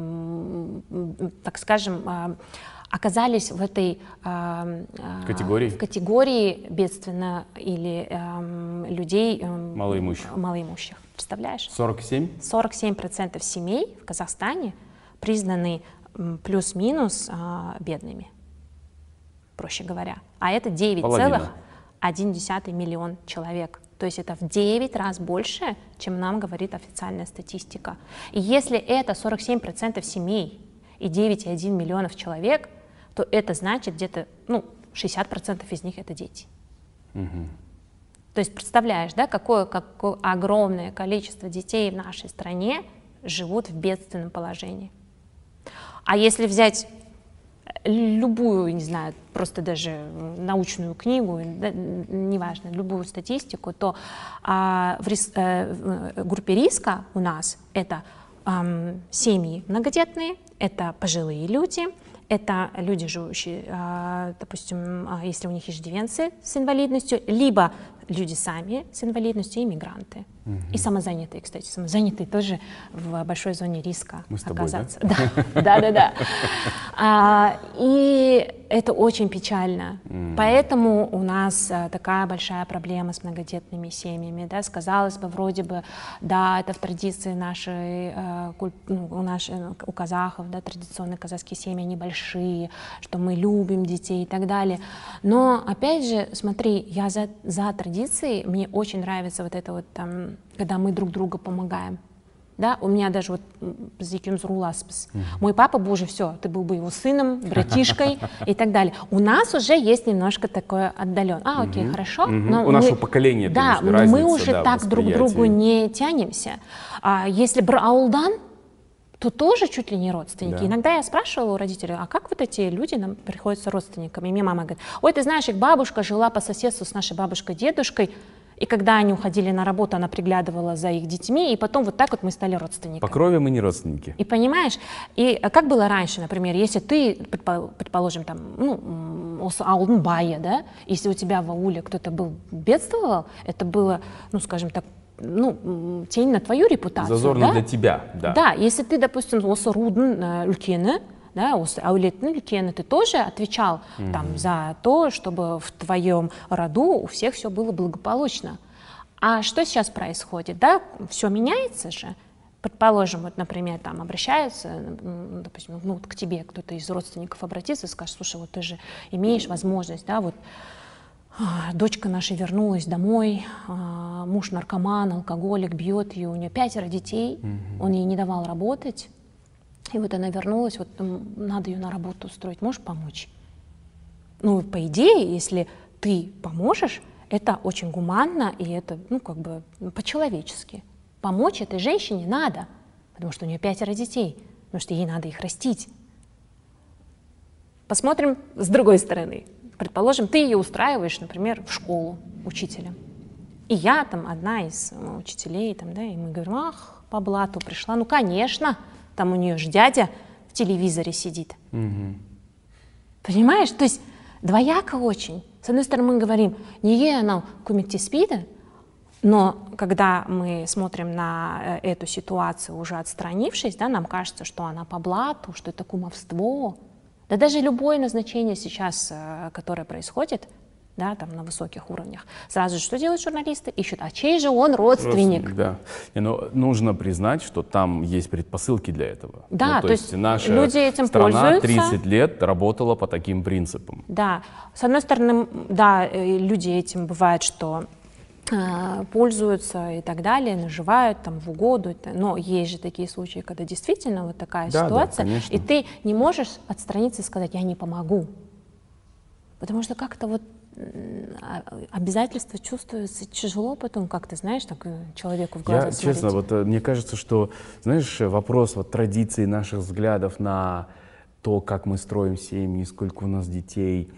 так скажем, оказались в этой категории, в категории бедственно или людей малоимущих. малоимущих. Представляешь? сорок семь? сорок семь процентов семей в Казахстане признаны плюс-минус бедными, проще говоря. А это девять целых одна десятая миллион человек. То есть это в девять раз больше, чем нам говорит официальная статистика. И если это сорок семь процентов семей и девять целых одна десятая миллионов человек, то это значит где-то ну, шестьдесят процентов из них это дети. Угу. То есть представляешь, да, какое, какое огромное количество детей в нашей стране живут в бедственном положении. А если взять любую, не знаю, просто даже научную книгу, да, неважно, любую статистику, то а, в, рис, э, в группе риска у нас это э, семьи многодетные, это пожилые люди, это люди, живущие, э, допустим, э, если у них иждивенцы с инвалидностью, либо люди сами с инвалидностью, иммигранты. Угу. И самозанятые, кстати. Самозанятые тоже в большой зоне риска Мы с тобой, оказаться. Да, да, да. А, и это очень печально. Mm. Поэтому у нас а, такая большая проблема с многодетными семьями. Да? Сказалось бы, вроде бы, да, это в традиции нашей, а, куль... ну, у, нашей, у казахов, да, традиционные казахские семьи, они большие, что мы любим детей и так далее. Но, опять же, смотри, я за, за традиции, мне очень нравится вот это вот, там, когда мы друг другу помогаем. Да, у меня даже вот mm-hmm. мой папа, боже, все, ты был бы его сыном, братишкой и так далее. У нас уже есть немножко такое отдален. А, окей, mm-hmm. хорошо. Mm-hmm. Но у мы, нашего поколения, да, конечно, разница, мы уже да, так друг к другу не тянемся. А если бр аулдан, то тоже чуть ли не родственники. Да. Иногда я спрашивала у родителей, а как вот эти люди нам приходятся родственниками? И мне мама говорит, ой, ты знаешь, их бабушка жила по соседству с нашей бабушкой-дедушкой, и когда они уходили на работу, она приглядывала за их детьми, и потом вот так вот мы стали родственниками. По крови мы не родственники. И понимаешь, и как было раньше, например, если ты, предположим, там, ну, аулдун бая, да, если у тебя в ауле кто-то был бедствовал, это было, ну, скажем так, ну, тень на твою репутацию. Зазорно да? для тебя, да. Да, если ты, допустим, осы рудын үлкені, да, аулеттің үлкені, ты тоже отвечал mm-hmm. там, за то, чтобы в твоем роду у всех все было благополучно. А что сейчас происходит? Да? Все меняется же. Предположим, вот, например, там обращаются, допустим, ну, вот к тебе кто-то из родственников обратится и скажет: слушай, вот ты же имеешь возможность, да, вот дочка наша вернулась домой, муж наркоман, алкоголик, бьет ее, у нее пятеро детей, mm-hmm. он ей не давал работать, и вот она вернулась, вот надо ее на работу устроить, можешь помочь? Ну, по идее, если ты поможешь, это очень гуманно, и это, ну, как бы по-человечески. Помочь этой женщине надо, потому что у нее пятеро детей, потому что ей надо их растить. Посмотрим с другой стороны. Предположим, ты ее устраиваешь, например, в школу учителем. И я там одна из учителей, там, да, и мы говорим: ах, по блату пришла. Ну, конечно, там у нее же дядя в телевизоре сидит. Mm-hmm. Понимаешь? То есть двояко очень. С одной стороны, мы говорим: не ей она кумитти спида, но когда мы смотрим на эту ситуацию, уже отстранившись, да, нам кажется, что она по блату, что это кумовство. Да даже любое назначение сейчас, которое происходит, да, там на высоких уровнях, сразу же что делают журналисты? Ищут, а чей же он родственник? Родственник, да. И, ну, нужно признать, что там есть предпосылки для этого. Да, ну, то, то есть, есть наша люди этим страна пользуются. тридцать лет работала по таким принципам. Да, с одной стороны, да, люди этим бывает, что пользуются и так далее, наживают там в угоду, но есть же такие случаи, когда действительно вот такая да, ситуация, да, и ты не можешь отстраниться и сказать: я не помогу, потому что как-то вот обязательства чувствуется тяжело потом, как ты знаешь, так человеку в глаза Я, смотреть. честно, вот мне кажется, что, знаешь, вопрос вот традиции наших взглядов на то, как мы строим семьи, сколько у нас детей,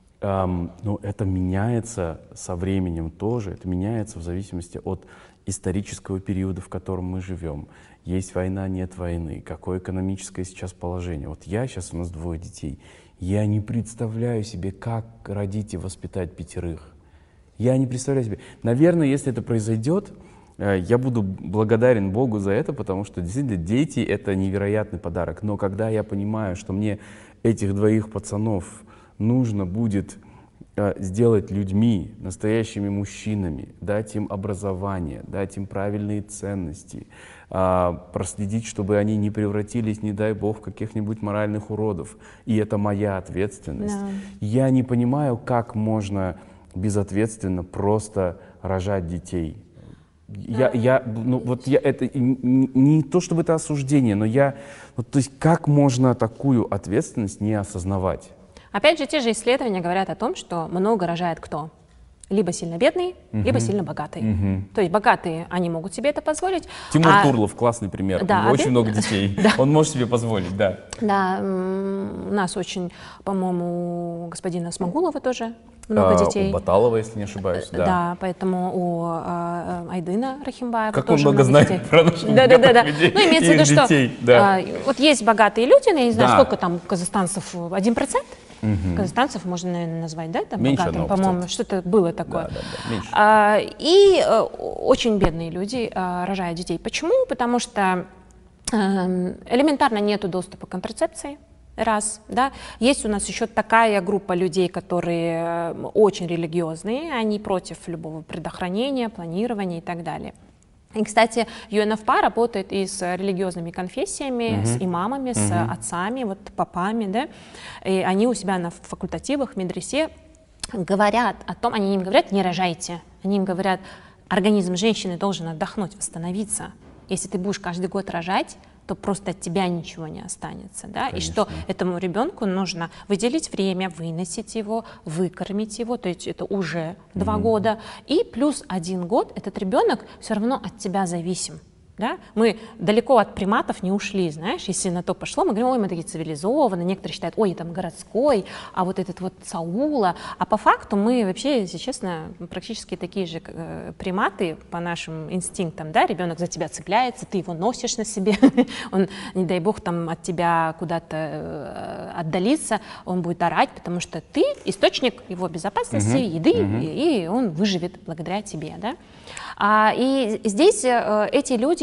эм, ну, это меняется со временем тоже, это меняется в зависимости от исторического периода, в котором мы живем. Есть война, нет войны, какое экономическое сейчас положение. Вот я сейчас, у нас двое детей, я не представляю себе, как родить и воспитать пятерых. Я не представляю себе. Наверное, если это произойдет, я буду благодарен Богу за это, потому что действительно дети — это невероятный подарок. Но когда я понимаю, что мне этих двоих пацанов нужно будет сделать людьми, настоящими мужчинами, дать им образование, дать им правильные ценности, проследить, чтобы они не превратились, не дай бог, в каких-нибудь моральных уродов. И это моя ответственность. No. Я не понимаю, как можно безответственно просто рожать детей. Я, я, ну, вот я, это не, не то, чтобы это осуждение, но я, ну, то есть как можно такую ответственность не осознавать? Опять же, те же исследования говорят о том, что много рожает кто? Либо сильно бедный, uh-huh. либо сильно богатый. Uh-huh. То есть богатые, они могут себе это позволить. Тимур а... Турлов, классный пример. Да, у него а очень бед... много детей. Он может себе позволить, да. Да, у нас очень, по-моему, у господина Смагулова тоже много а, детей. У Баталова, если не ошибаюсь. Да, да, поэтому у а, Айдына Рахимбаева как тоже он много знает детей. про наших да, да, да, да. людей, Ну, имеется в виду, что да. а, вот есть богатые люди, я не знаю, да. сколько там казахстанцев, один процент? Угу. Казахстанцев можно, наверное, назвать, да, там меньше богатым, по-моему, что-то было такое. Да, да, да, меньше. А, и а, очень бедные люди а, рожают детей. Почему? Потому что а, элементарно нету доступа к контрацепции. Раз, да. Есть у нас еще такая группа людей, которые очень религиозные, они против любого предохранения, планирования и так далее. И, кстати, ю эн эф пэ а работает и с религиозными конфессиями, uh-huh. с имамами, с uh-huh. отцами, вот, попами, да, и они у себя на факультативах, в медресе говорят о том, они им говорят: не рожайте, они им говорят: организм женщины должен отдохнуть, восстановиться. Если ты будешь каждый год рожать, то просто от тебя ничего не останется, да, и что этому ребенку нужно выделить время, выносить его, выкормить его, то есть это уже mm-hmm. два года, и плюс один год этот ребенок все равно от тебя зависим. Да? Мы далеко от приматов не ушли, знаешь, если на то пошло, мы говорим: ой, мы такие цивилизованные, некоторые считают: ой, там городской, а вот этот вот Саула, а по факту мы вообще, если честно, практически такие же э, приматы по нашим инстинктам, да, ребенок за тебя цепляется, ты его носишь на себе, он, не дай бог, там от тебя куда-то э, отдалится, он будет орать, потому что ты источник его безопасности, uh-huh. еды, uh-huh. И, и он выживет благодаря тебе, да. А, и здесь э, эти люди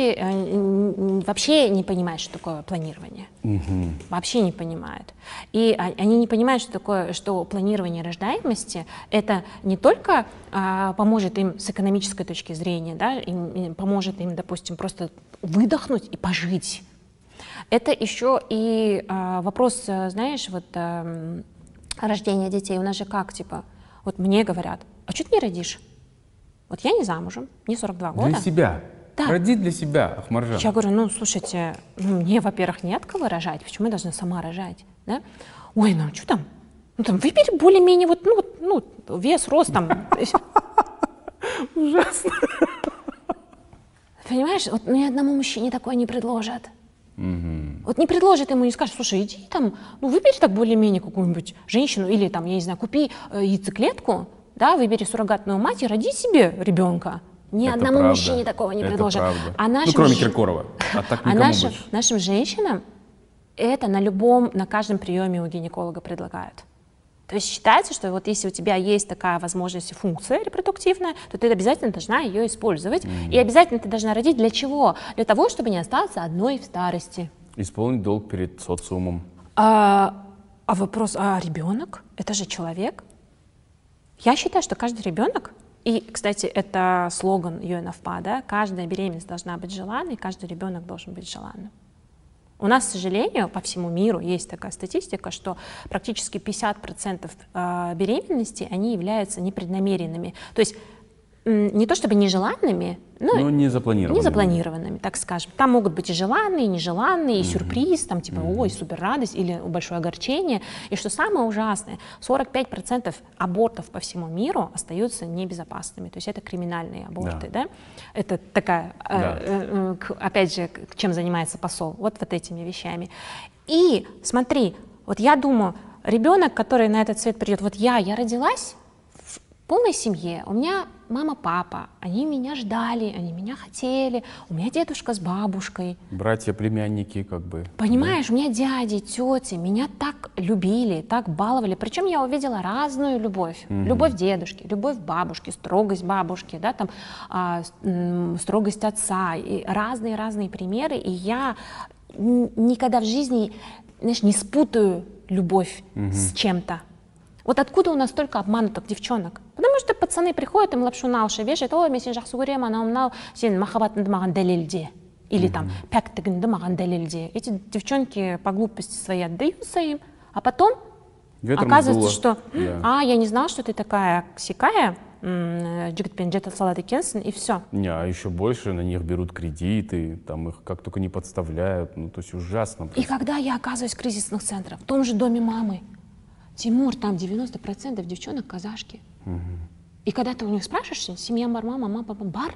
люди вообще не понимают, что такое планирование. Угу. Вообще не понимают. И они не понимают, что такое, что планирование рождаемости это не только а, поможет им с экономической точки зрения, да, им, поможет им, допустим, просто выдохнуть и пожить. Это еще и а, вопрос, знаешь, вот а, рождения детей. У нас же как, типа, вот мне говорят, а что ты не родишь? Вот я не замужем, мне сорок два года. Для себя. Да. Роди для себя, Ахмаржан. Я говорю, ну, слушайте, ну, мне, во-первых, не от кого рожать, почему я должна сама рожать, да? Ой, ну, что там? Ну, там, выбери более-менее, вот, ну, вот, ну, вес, рост, там. Ужасно. Понимаешь, вот ни одному мужчине такое не предложат. Вот не предложит ему, не скажет, слушай, иди там, ну, выбери так более-менее какую-нибудь женщину, или там, я не знаю, купи яйцеклетку, да, выбери суррогатную мать и роди себе ребенка. Ни это одному правда. мужчине такого не это предложат. А ну, кроме ж... Киркорова. А, так а нашим, нашим женщинам это на любом, на каждом приеме у гинеколога предлагают. То есть считается, что вот если у тебя есть такая возможность и функция репродуктивная, то ты обязательно должна ее использовать. Mm-hmm. И обязательно ты должна родить для чего? Для того, чтобы не остаться одной в старости. Исполнить долг перед социумом. А, а вопрос, а ребенок? Это же человек. Я считаю, что каждый ребенок, и, кстати, это слоган ю эн эф пи эй, да, каждая беременность должна быть желанной, каждый ребенок должен быть желанным. У нас, к сожалению, по всему миру есть такая статистика, что практически пятьдесят процентов беременностей, они являются непреднамеренными. То есть не то чтобы нежеланными, но, но не запланированными. не запланированными, так скажем. Там могут быть и желанные, и нежеланные, и mm-hmm. сюрприз, там типа, mm-hmm. ой, супер радость, или большое огорчение. И что самое ужасное, сорок пять процентов абортов по всему миру остаются небезопасными. То есть это криминальные аборты, да? да? Это такая, да. э, э, опять же, чем занимается посол, вот вот этими вещами. И смотри, вот я думаю, ребенок, который на этот свет придет, вот я, я родилась в полной семье, у меня мама, папа, они меня ждали, они меня хотели, у меня дедушка с бабушкой. Братья, племянники, как бы. Понимаешь, да? У меня дяди, тети, меня так любили, так баловали. Причем я увидела разную любовь. Mm-hmm. Любовь дедушки, любовь бабушки, строгость бабушки, да, там, а, строгость отца, и разные-разные примеры. И я никогда в жизни, знаешь, не спутаю любовь mm-hmm. с чем-то. Вот откуда у нас столько обманутых девчонок? Потому что пацаны приходят, им лапшу на уши вешают, ой, мен сен жақсы көрем, анау мынау, сен махаббатыңды маған дәлелде. Или там пәктігіңді маған дәлелде. Эти девчонки по глупости своей отдаются им, а потом ветром оказывается, сдуло. Что yeah. а, я не знала, что ты такая сякая, жігітпен жете салады екенсің, и все. Не, а еще больше на них берут кредиты, там их как только не подставляют, ну то есть ужасно. Просто. И когда я оказываюсь в кризисных центрах, в том же доме мамы, Тимур, там девяносто процентов девчонок казашки. Угу. И когда ты у них спрашиваешь, семья бар, мама, мама, папа бар,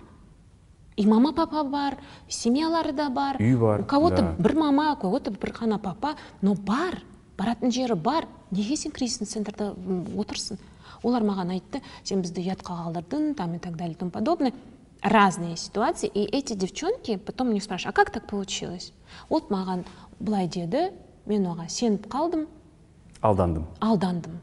и мама, папа бар, семьялары да бар, бар, у кого-то да. бір мама, у кого-то бір қана папа, но бар, баратын жері бар, неге сен кризисный центрда отырсың? Олар маған айтты, сен бізді ұятқа қалдырдың, там и так далее, и тому подобное. Разные ситуации, и эти девчонки потом мне спрашивают, а как так получилось? Вот маған былай деді, мен оған сеніп қалдым, Алдандым. Алдандым.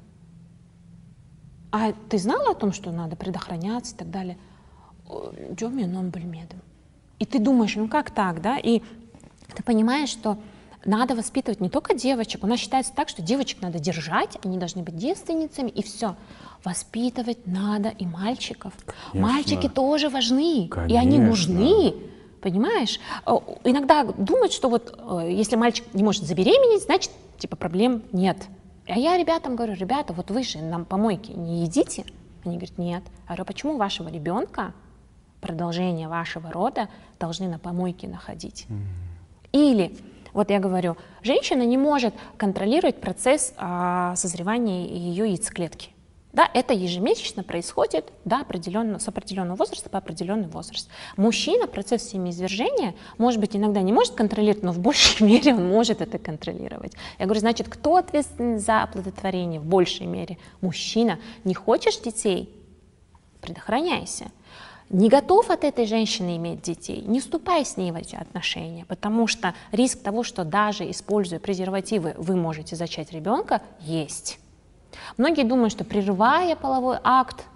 А ты знала о том, что надо предохраняться и так далее? Джо мен оны білмедім. И ты думаешь, ну как так, да? И ты понимаешь, что надо воспитывать не только девочек. У нас считается так, что девочек надо держать, они должны быть девственницами, и все. Воспитывать надо и мальчиков. Конечно. Мальчики тоже важны, Конечно. И они нужны. Понимаешь? Иногда думают, что вот если мальчик не может забеременеть, значит, типа проблем нет. А я ребятам говорю, ребята, вот вы же нам помойки не едите? Они говорят, нет. Я говорю, почему вашего ребенка, продолжение вашего рода, должны на помойке находить? Mm. Или, вот я говорю, женщина не может контролировать процесс а, созревания ее яйцеклетки. Да, это ежемесячно происходит до определенного, с определенного возраста по определенный возраст. Мужчина процесс семяизвержения, может быть, иногда не может контролировать, но в большей мере он может это контролировать. Я говорю, значит, кто ответственен за оплодотворение в большей мере? Мужчина. Не хочешь детей? Предохраняйся. Не готов от этой женщины иметь детей? Не вступай с ней в эти отношения, потому что риск того, что даже используя презервативы, вы можете зачать ребенка, есть. Многие думают, что прерывая половой акт,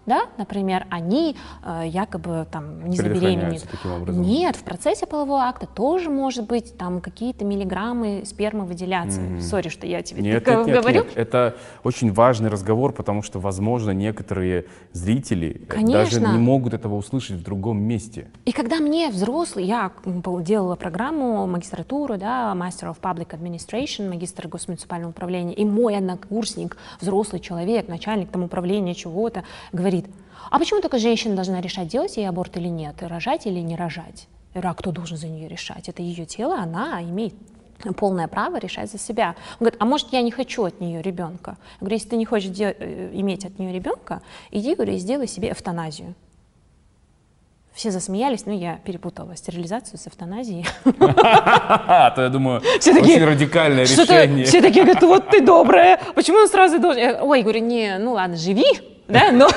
да, например, они э, якобы там не забеременеют. Таким образом. Нет, в процессе полового акта тоже может быть там какие-то миллиграммы спермы выделяться. Сори, mm-hmm. что я тебе нет, так нет, говорю. Нет, это очень важный разговор, потому что, возможно, некоторые зрители Конечно. даже не могут этого услышать в другом месте. И когда мне взрослый, я делала программу, магистратуру, да, Master of Public Administration, магистр госмуниципального управления, и мой однокурсник, взрослый человек, начальник там управления чего-то, говорит: а почему только женщина должна решать, делать ей аборт или нет, рожать или не рожать? Я говорю: а кто должен за нее решать? Это ее тело, она имеет полное право решать за себя. Он говорит: а может, я не хочу от нее ребенка? Я говорю: если ты не хочешь иметь от нее ребенка, иди, говорю, и сделай себе эвтаназию. Все засмеялись, но я перепутала стерилизацию с эвтаназией. А то, я думаю, очень радикальное решение. Все такие говорят: вот ты добрая, почему он сразу должен? Ой, говорю: не, ну ладно, живи, да, но...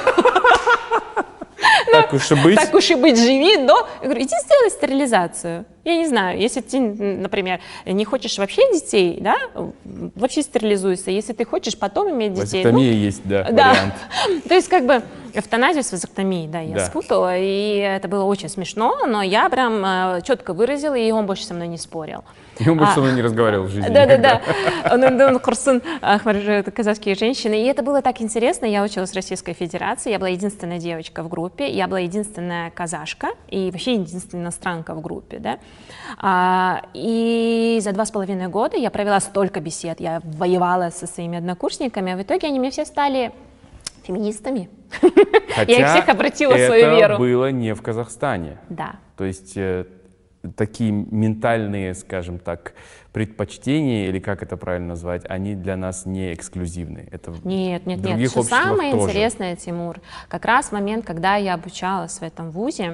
Так уж и быть. Так уж и быть, живи, но... Я говорю: иди сделай стерилизацию. Я не знаю, если ты, например, не хочешь вообще детей, да, вообще стерилизуйся. Если ты хочешь потом иметь детей... Вазэктомия ну, есть, да, да, вариант. То есть как бы эвтаназию с вазэктомией, да, я да. спутала, и это было очень смешно, но я прям э, четко выразила, и он больше со мной не спорил. И он больше а, со мной не разговаривал в жизни. Да-да-да, он курсын казахские женщины, и это было так интересно. Я училась в Российской Федерации, я была единственная девочка в группе, я была единственная казашка и вообще единственная иностранка в группе, да. А, и за два с половиной года я провела столько бесед, я воевала со своими однокурсниками, а в итоге они мне все стали феминистами. Хотя я их всех обратила в свою веру. Это было не в Казахстане. Да. То есть э, такие ментальные, скажем так, предпочтения, или как это правильно назвать, они для нас не эксклюзивны. Это нет, нет, в других нет. Что самое тоже. интересное, Тимур, как раз в момент, когда я обучалась в этом вузе,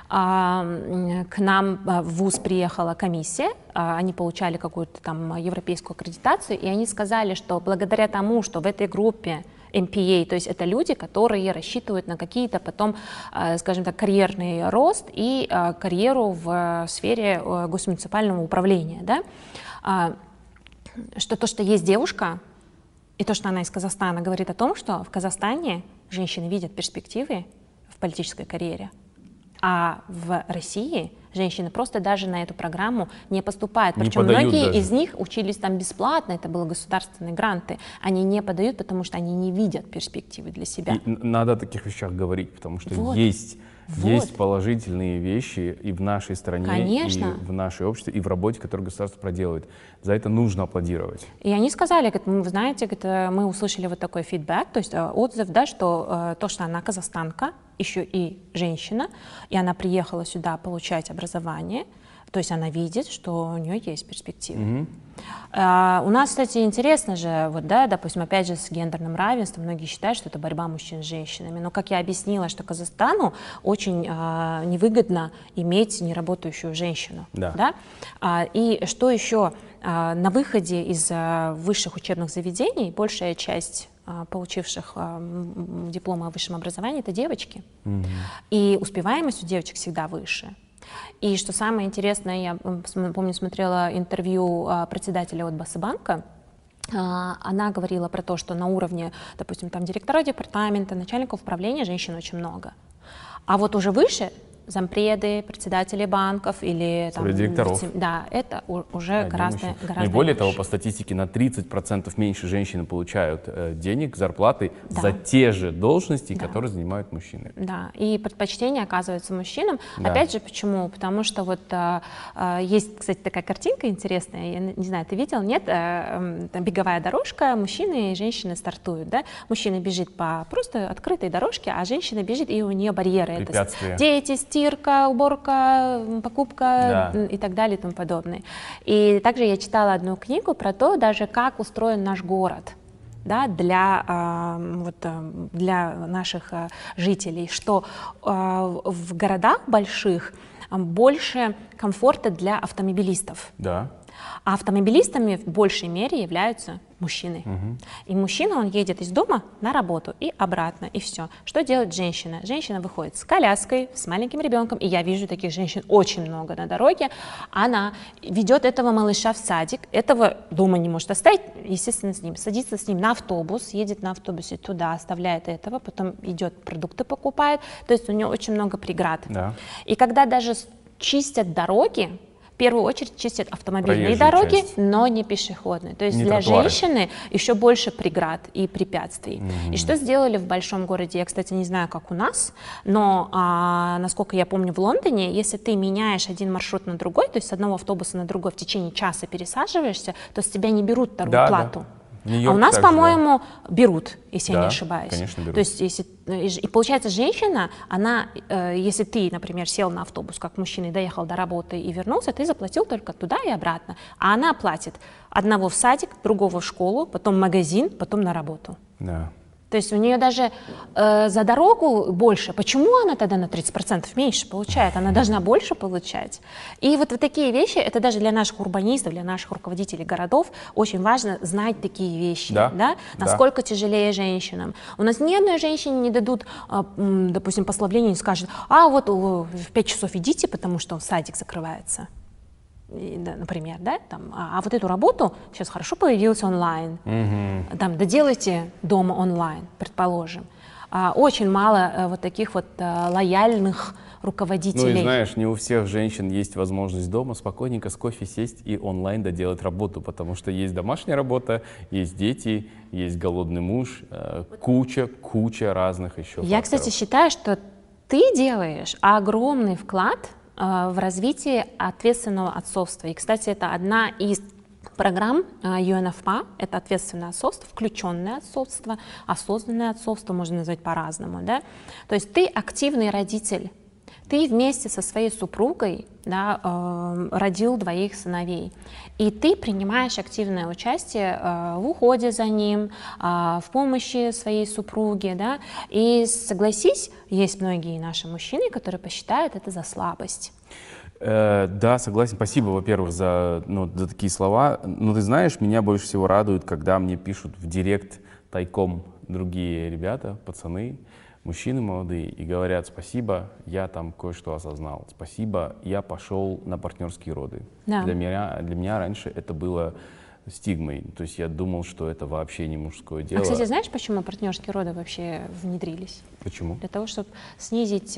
к нам в вуз приехала комиссия, они получали какую-то там европейскую аккредитацию, и они сказали, что благодаря тому, что в этой группе эм пи эй, то есть это люди, которые рассчитывают на какие-то потом, скажем так, карьерный рост и карьеру в сфере госмуниципального управления, да? Что то, что есть девушка, и то, что она из Казахстана, говорит о том, что в Казахстане женщины видят перспективы в политической карьере, а в России женщины просто даже на эту программу не поступают. Не Причем многие даже. из них учились там бесплатно, это были государственные гранты. Они не подают, потому что они не видят перспективы для себя. И надо о таких вещах говорить, потому что вот. есть, вот. есть положительные вещи и в нашей стране, Конечно. и в нашей обществе, и в работе, которую государство проделывает. За это нужно аплодировать. И они сказали, говорят, вы знаете, говорят, мы услышали вот такой фидбэк, то есть отзыв, да, что то, что она казахстанка, еще и женщина, и она приехала сюда получать образование, то есть она видит, что у нее есть перспективы. Mm-hmm. а, у нас, кстати, интересно же, вот, да, допустим, опять же, с гендерным равенством, многие считают, что это борьба мужчин с женщинами, но, как я объяснила, что Казахстану очень а, невыгодно иметь неработающую женщину. Да. Да? А, и что еще, а, на выходе из а, высших учебных заведений большая часть получивших э, диплом о высшем образовании, это девочки. Mm-hmm. И успеваемость у девочек всегда выше. И что самое интересное, я помню, смотрела интервью э, председателя от Басыбанка, э, она говорила про то, что на уровне, допустим, там директора департамента, начальников управления женщин очень много. А вот уже выше зампреды, председатели банков или там, директоров. Да, это уже гораздо, гораздо И более меньше. того, по статистике на тридцать процентов меньше женщины получают э, денег, зарплаты да. за те же должности, да. которые занимают мужчины. Да, и предпочтение оказывается мужчинам. Да. Опять же, почему? Потому что вот а, а, есть, кстати, такая картинка интересная, я не знаю, ты видел, нет? А, там беговая дорожка, мужчины и женщины стартуют, да? Мужчина бежит по просто открытой дорожке, а женщина бежит, и у нее барьеры. Препятствия. Это дети, стирка, уборка, покупка да. и так далее и тому подобное. И также я читала одну книгу про то, даже как устроен наш город. Да, для, э, вот, для наших э, жителей, что э, в городах больших больше комфорта для автомобилистов. Да. А автомобилистами в большей мере являются мужчины. Угу. И мужчина, он едет из дома на работу и обратно, и все. Что делает женщина? Женщина выходит с коляской, с маленьким ребенком, и я вижу таких женщин очень много на дороге. Она ведет этого малыша в садик, этого дома не может оставить, естественно, с ним. Садится с ним на автобус, едет на автобусе туда, оставляет этого, потом идет продукты покупает. То есть у нее очень много преград. Да. И когда даже чистят дороги, в первую очередь чистят автомобильные Проезжую дороги, часть. Но не пешеходные. То есть не для тротуары. Женщины еще больше преград и препятствий. Mm-hmm. И что сделали в большом городе, я, кстати, не знаю, как у нас, но, а, насколько я помню, в Лондоне, если ты меняешь один маршрут на другой, то есть с одного автобуса на другой в течение часа пересаживаешься, то с тебя не берут вторую да, плату. Да. А у нас, по-моему, да. берут, если да, я не ошибаюсь. Конечно, берут. То есть, если, и получается, женщина, она, э, если ты, например, сел на автобус как мужчина и доехал до работы и вернулся, ты заплатил только туда и обратно. А она платит одного в садик, другого в школу, потом в магазин, потом на работу. Да. То есть у нее даже э, за дорогу больше. Почему она тогда на тридцать процентов меньше получает? Она должна больше получать. И вот, вот такие вещи, это даже для наших урбанистов, для наших руководителей городов очень важно знать такие вещи. Да? Да? Насколько да. тяжелее женщинам. У нас ни одной женщине не дадут, э, допустим, послабление и скажут, а вот в пять часов идите, потому что садик закрывается. Например, да, там, а, а вот эту работу сейчас хорошо появилась онлайн, mm-hmm. там, доделайте дома онлайн, предположим. А, очень мало а, вот таких вот а, лояльных руководителей. Ну и знаешь, не у всех женщин есть возможность дома спокойненько с кофе сесть и онлайн доделать работу, потому что есть домашняя работа, есть дети, есть голодный муж, э, куча, куча разных еще Я, факторов. Кстати, считаю, что ты делаешь огромный вклад в развитии ответственного отцовства. И, кстати, это одна из программ ю эн эф пи эй, это ответственное отцовство, включенное отцовство, осознанное отцовство, можно назвать по-разному. Да? То есть ты активный родитель, ты вместе со своей супругой да, э, родил двоих сыновей, и ты принимаешь активное участие э, в уходе за ним, э, в помощи своей супруге, да, и согласись, есть многие наши мужчины, которые посчитают это за слабость. Э, да, согласен. Спасибо, во-первых, за, ну, за такие слова. Но ты знаешь, меня больше всего радует, когда мне пишут в директ тайком другие ребята, пацаны, мужчины молодые, и говорят: спасибо, я там кое-что осознал, спасибо, я пошел на партнерские роды. Да. Для меня, для меня раньше это было стигмой, то есть я думал, что это вообще не мужское дело. А, кстати, знаешь, почему партнерские роды вообще внедрились? Почему? Для того, чтобы снизить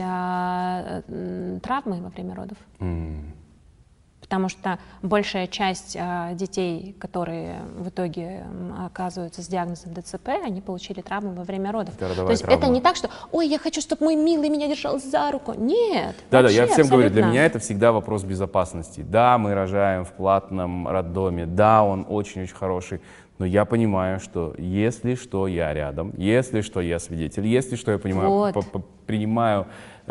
а, травмы во время родов. Mm. Потому что большая часть а, детей, которые в итоге оказываются с диагнозом дэ цэ пэ, они получили травмы во время родов. Это То есть травма. Это не так, что «Ой, я хочу, чтобы мой милый меня держал за руку». Нет. Да-да, я всем абсолютно. говорю, для меня это всегда вопрос безопасности. Да, мы рожаем в платном роддоме, да, он очень-очень хороший, но я понимаю, что если что, я рядом, если что, я свидетель, если что, я понимаю, вот. принимаю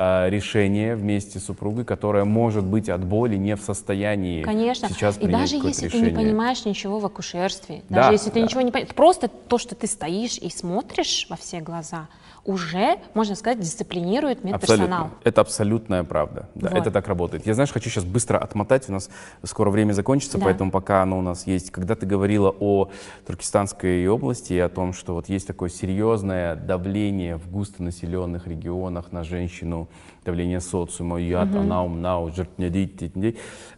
решение вместе с супругой, которая может быть от боли не в состоянии Конечно. сейчас принять Конечно, и даже если решение. ты не понимаешь ничего в акушерстве, даже да, если ты да. ничего не понимаешь, просто то, что ты стоишь и смотришь во все глаза, уже, можно сказать, дисциплинирует медперсонал. Абсолютно. Это абсолютная правда. Да, вот. Это так работает. Я, знаешь, хочу сейчас быстро отмотать, у нас скоро время закончится, да. поэтому пока оно у нас есть. Когда ты говорила о Туркестанской области и о том, что вот есть такое серьезное давление в густонаселенных регионах на женщину, давление социума, яд, mm-hmm. анаум, нау, жертвнедей,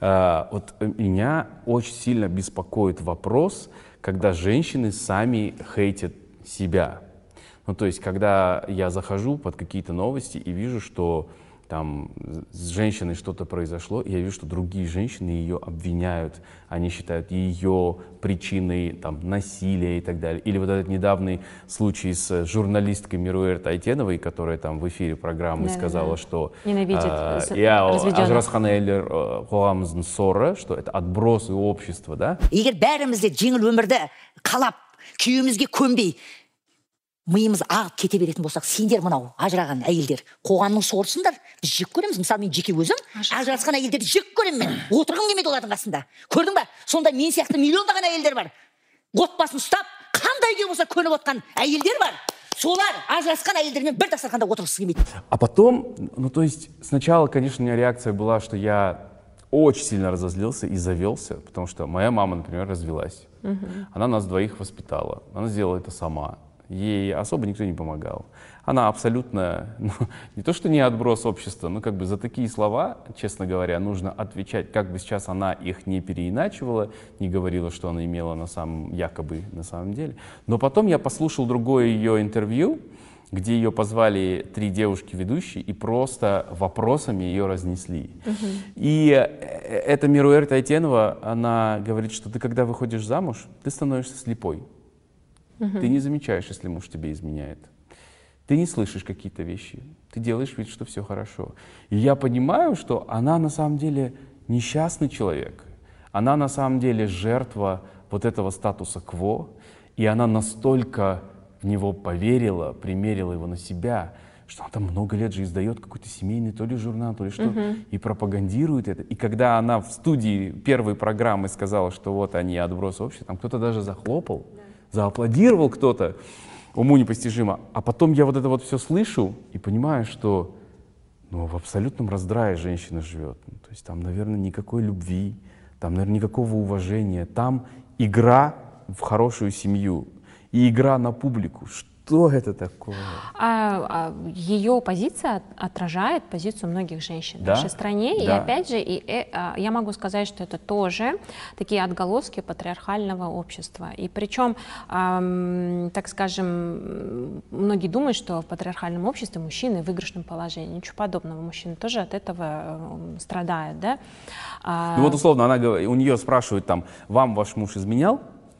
вот меня очень сильно беспокоит вопрос, когда женщины сами хейтят себя. Ну, то есть, когда я захожу под какие-то новости и вижу, что там с женщиной что-то произошло, и я вижу, что другие женщины ее обвиняют, они считают ее причиной там, насилия и так далее. Или вот этот недавний случай с журналисткой Мируэр Тайтеновой, которая там в эфире программы да, сказала, да. что ненавидит а, я Ажрасхан Эйлер Хогамздын соры, что это отбросы общества, да? Егер бәрімізде жеңіл өмірді қалап, күйімізге көнбей, миымыз ағып кете беретін болсақ, сендер мынау ажыраған әйелдер қоғамның сорысыңдар, біз жек көреміз. Мысалы мен жеке өзім ажырасқан әйелдерді жек көремін мен. Отырғым келмейді олардың қасында. Көрдің ба? Сонда мен сияқты миллиондаған әйелдер бар. Отбасын ұстап, қандай күйі болса көніп отқан әйелдер бар. Солар ажырасқан әйелдермен бір дастарханда отырғысы келмейді. А потом, ну то есть сначала, конечно, у меня реакция была, что я очень сильно разозлился и завелся, потому что моя мама, например, развелась. Угу. Она нас двоих воспитала. Она сделала это сама. Ей особо никто не помогал. Она абсолютно, ну, не то что не отброс общества, но как бы за такие слова, честно говоря, нужно отвечать, как бы сейчас она их не переиначивала, не говорила, что она имела на самом, якобы на самом деле. Но потом я послушал другое ее интервью, где ее позвали три девушки-ведущие и просто вопросами ее разнесли. Uh-huh. И эта Меруерт Айтенова, она говорит, что ты, когда выходишь замуж, ты становишься слепой. Uh-huh. Ты не замечаешь, если муж тебе изменяет. Ты не слышишь какие-то вещи. Ты делаешь вид, что все хорошо. И я понимаю, что она на самом деле несчастный человек. Она на самом деле жертва вот этого статуса кво. И она настолько в него поверила, примерила его на себя, что она там много лет же издает какой-то семейный то ли журнал, то ли что, uh-huh. и пропагандирует это. И когда она в студии первой программы сказала, что вот они отбросы общества, там кто-то даже захлопал, yeah. зааплодировал кто-то, уму непостижимо. А потом я вот это вот все слышу и понимаю, что ну, в абсолютном раздрае женщина живет. Ну, то есть там, наверное, никакой любви, там, наверное, никакого уважения. Там игра в хорошую семью. И игра на публику. Что это такое? А, а, ее позиция отражает позицию многих женщин да? в нашей стране. Да. И опять же, и, и, а, я могу сказать, что это тоже такие отголоски патриархального общества. И причем, а, так скажем, многие думают, что в патриархальном обществе мужчины в выигрышном положении. Ничего подобного. Мужчины тоже от этого страдают. Да? Ну вот условно, она, у нее спрашивают там, вам ваш муж изменял?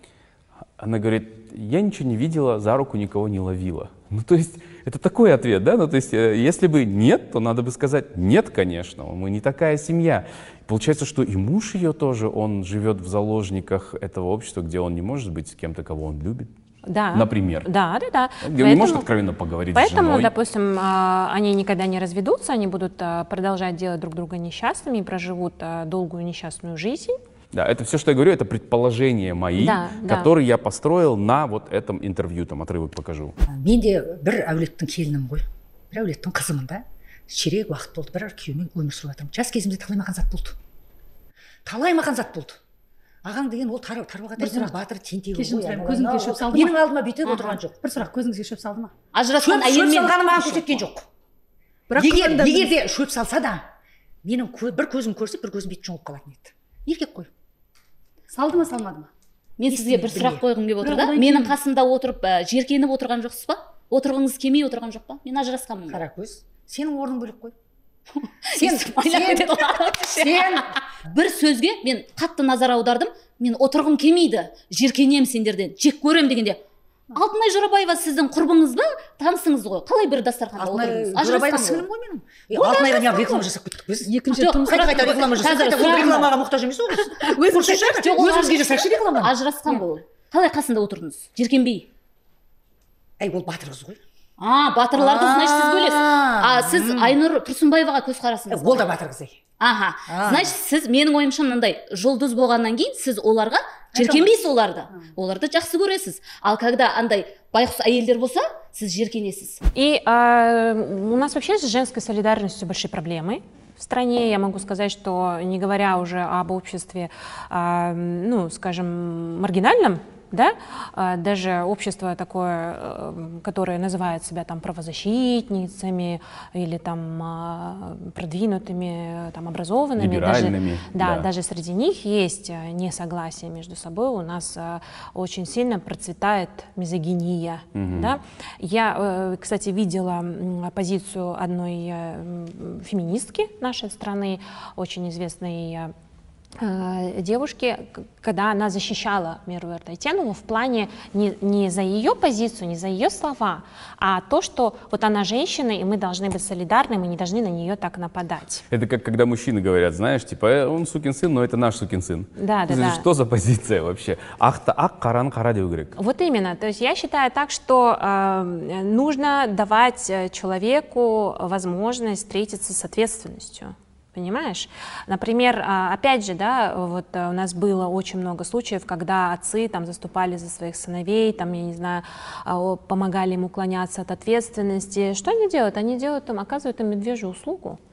Она говорит, я ничего не видела, за руку никого не ловила. Ну, то есть, это такой ответ, да? Ну, то есть, если бы нет, то надо бы сказать, нет, конечно, мы не такая семья. Получается, что и муж ее тоже, он живет в заложниках этого общества, где он не может быть с кем-то, кого он любит. Да. Например. Да, да, да. Где он не может откровенно поговорить поэтому, с женой. допустим, они никогда не разведутся, они будут продолжать делать друг друга несчастными и проживут долгую несчастную жизнь. Да, это все, что я говорю, это предположения мои, да, которые да. я построил на вот этом интервью, там отрывок покажу. Мен де бір әулеттің келінім ғой, бір әулеттің қызымын да, ширек уақыт болды, бір күйеумен өмір сүріп жатырмын. Жас кезімде талаймаған зат болды. Талаймаған зат болды. Ағаң деген ол тарбағатай деген батыр тентегі ғой. Көзіңізге шөп салды ма? Менің алдыма бүйтіп отырған жоқ. Бір сұрақ, көзіңізге шөп салды ма? Ажырасқан әйелмен шөп салғаны маған көрсеткен жоқ. Егер егер де шөп салса да, менің бір көзім көрсе, бір көзім бүйтіп жұмылып қалатын еді. Еркек қой. Салды ма, салмады ма? Мен сізге бір сұрақ қойғым келіп отыр да. Менің қасымда отырып жеркеніп отырған жоқсыз ба? Отырғыңыз келмей отырған жоқ па? Мен ажырасқанмын. Қара көз. Сенің орның бөлек қой. Сен сен бір сөзге мен қатты назар аудардым. Мен отырғым келмейді. Жеркенем сендерден. Жек көрем дегенде. Алтынай Жорабаева сіздің құрбыңыз ба? Танысыңыз ғой. Қалай бір дастарханда отырдыңыз? Жорабаева сіңлім ғой менің. Алтынайға неғып реклама жасап кеттік біз? Екінші тұрмыс қайта реклама жасап, ол рекламаға мұқтаж емес ол. Өзімізге жасайықшы рекламаны. Ажырасқан бұл. Қалай қасында отырдыңыз? Жеркенбей. Әй, ол батыр қыз ғой. А, батырларды значит сіз бөлесіз. А сіз Айнұр Тұрсынбаеваға көзқарасыңыз. Ол да батыр қыз. Аха. Значит, сіз менің ойымша мынандай жұлдыз болғаннан кейін сіз оларға жеркенбейсіз оларды. Оларды жақсы көресіз. Ал когда андай байқұс әйелдер болса, сіз жеркенесіз. И а, у нас вообще с женской солидарностью большие проблемы в стране. Я могу сказать, что не говоря уже об обществе, а, ну, скажем, маргинальном, да, даже общество такое, которое называет себя там правозащитницами или там продвинутыми, там образованными, либеральными, даже, да, да. даже среди них есть несогласие между собой. У нас очень сильно процветает мизогиния. Угу. Да? Я, кстати, видела позицию одной феминистки нашей страны, очень известной девушки, когда она защищала Меруерт Айтенову в плане не, не за ее позицию, не за ее слова, а то, что вот она женщина, и мы должны быть солидарны, мы не должны на нее так нападать. Это как когда мужчины говорят, знаешь, типа, он сукин сын, но это наш сукин сын. Да, да, да. да. Что за позиция вообще? Ах-то ак, каран кара деу керек. Вот именно. То есть я считаю так, что э, нужно давать человеку возможность встретиться с ответственностью. Понимаешь? Например, опять же, да, вот у нас было очень много случаев, когда отцы там заступали за своих сыновей, там, я не знаю, помогали им уклоняться от ответственности. Что они делают? Они делают, там, оказывают им медвежью услугу.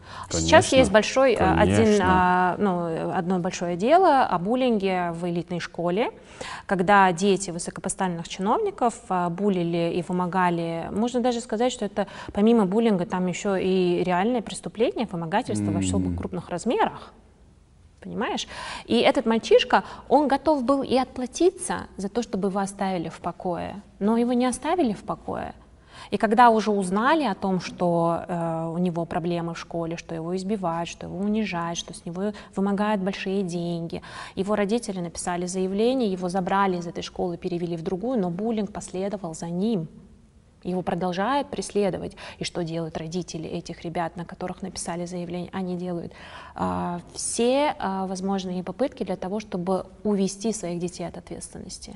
Конечно, Сейчас есть большой, конечно. один, а, ну, одно большое дело о буллинге в элитной школе, когда дети высокопоставленных чиновников а, буллили и вымогали. Можно даже сказать, что это помимо буллинга там еще и реальное преступление, вымогательство mm. в особо крупных размерах. Понимаешь? И этот мальчишка, он готов был и отплатиться за то, чтобы его оставили в покое, но его не оставили в покое. И когда уже узнали о том, что э, у него проблемы в школе, что его избивают, что его унижают, что с него вымогают большие деньги, его родители написали заявление, его забрали из этой школы, перевели в другую, но буллинг последовал за ним. Его продолжают преследовать. И что делают родители этих ребят, на которых написали заявление? Они делают э, все э, возможные попытки для того, чтобы увести своих детей от ответственности.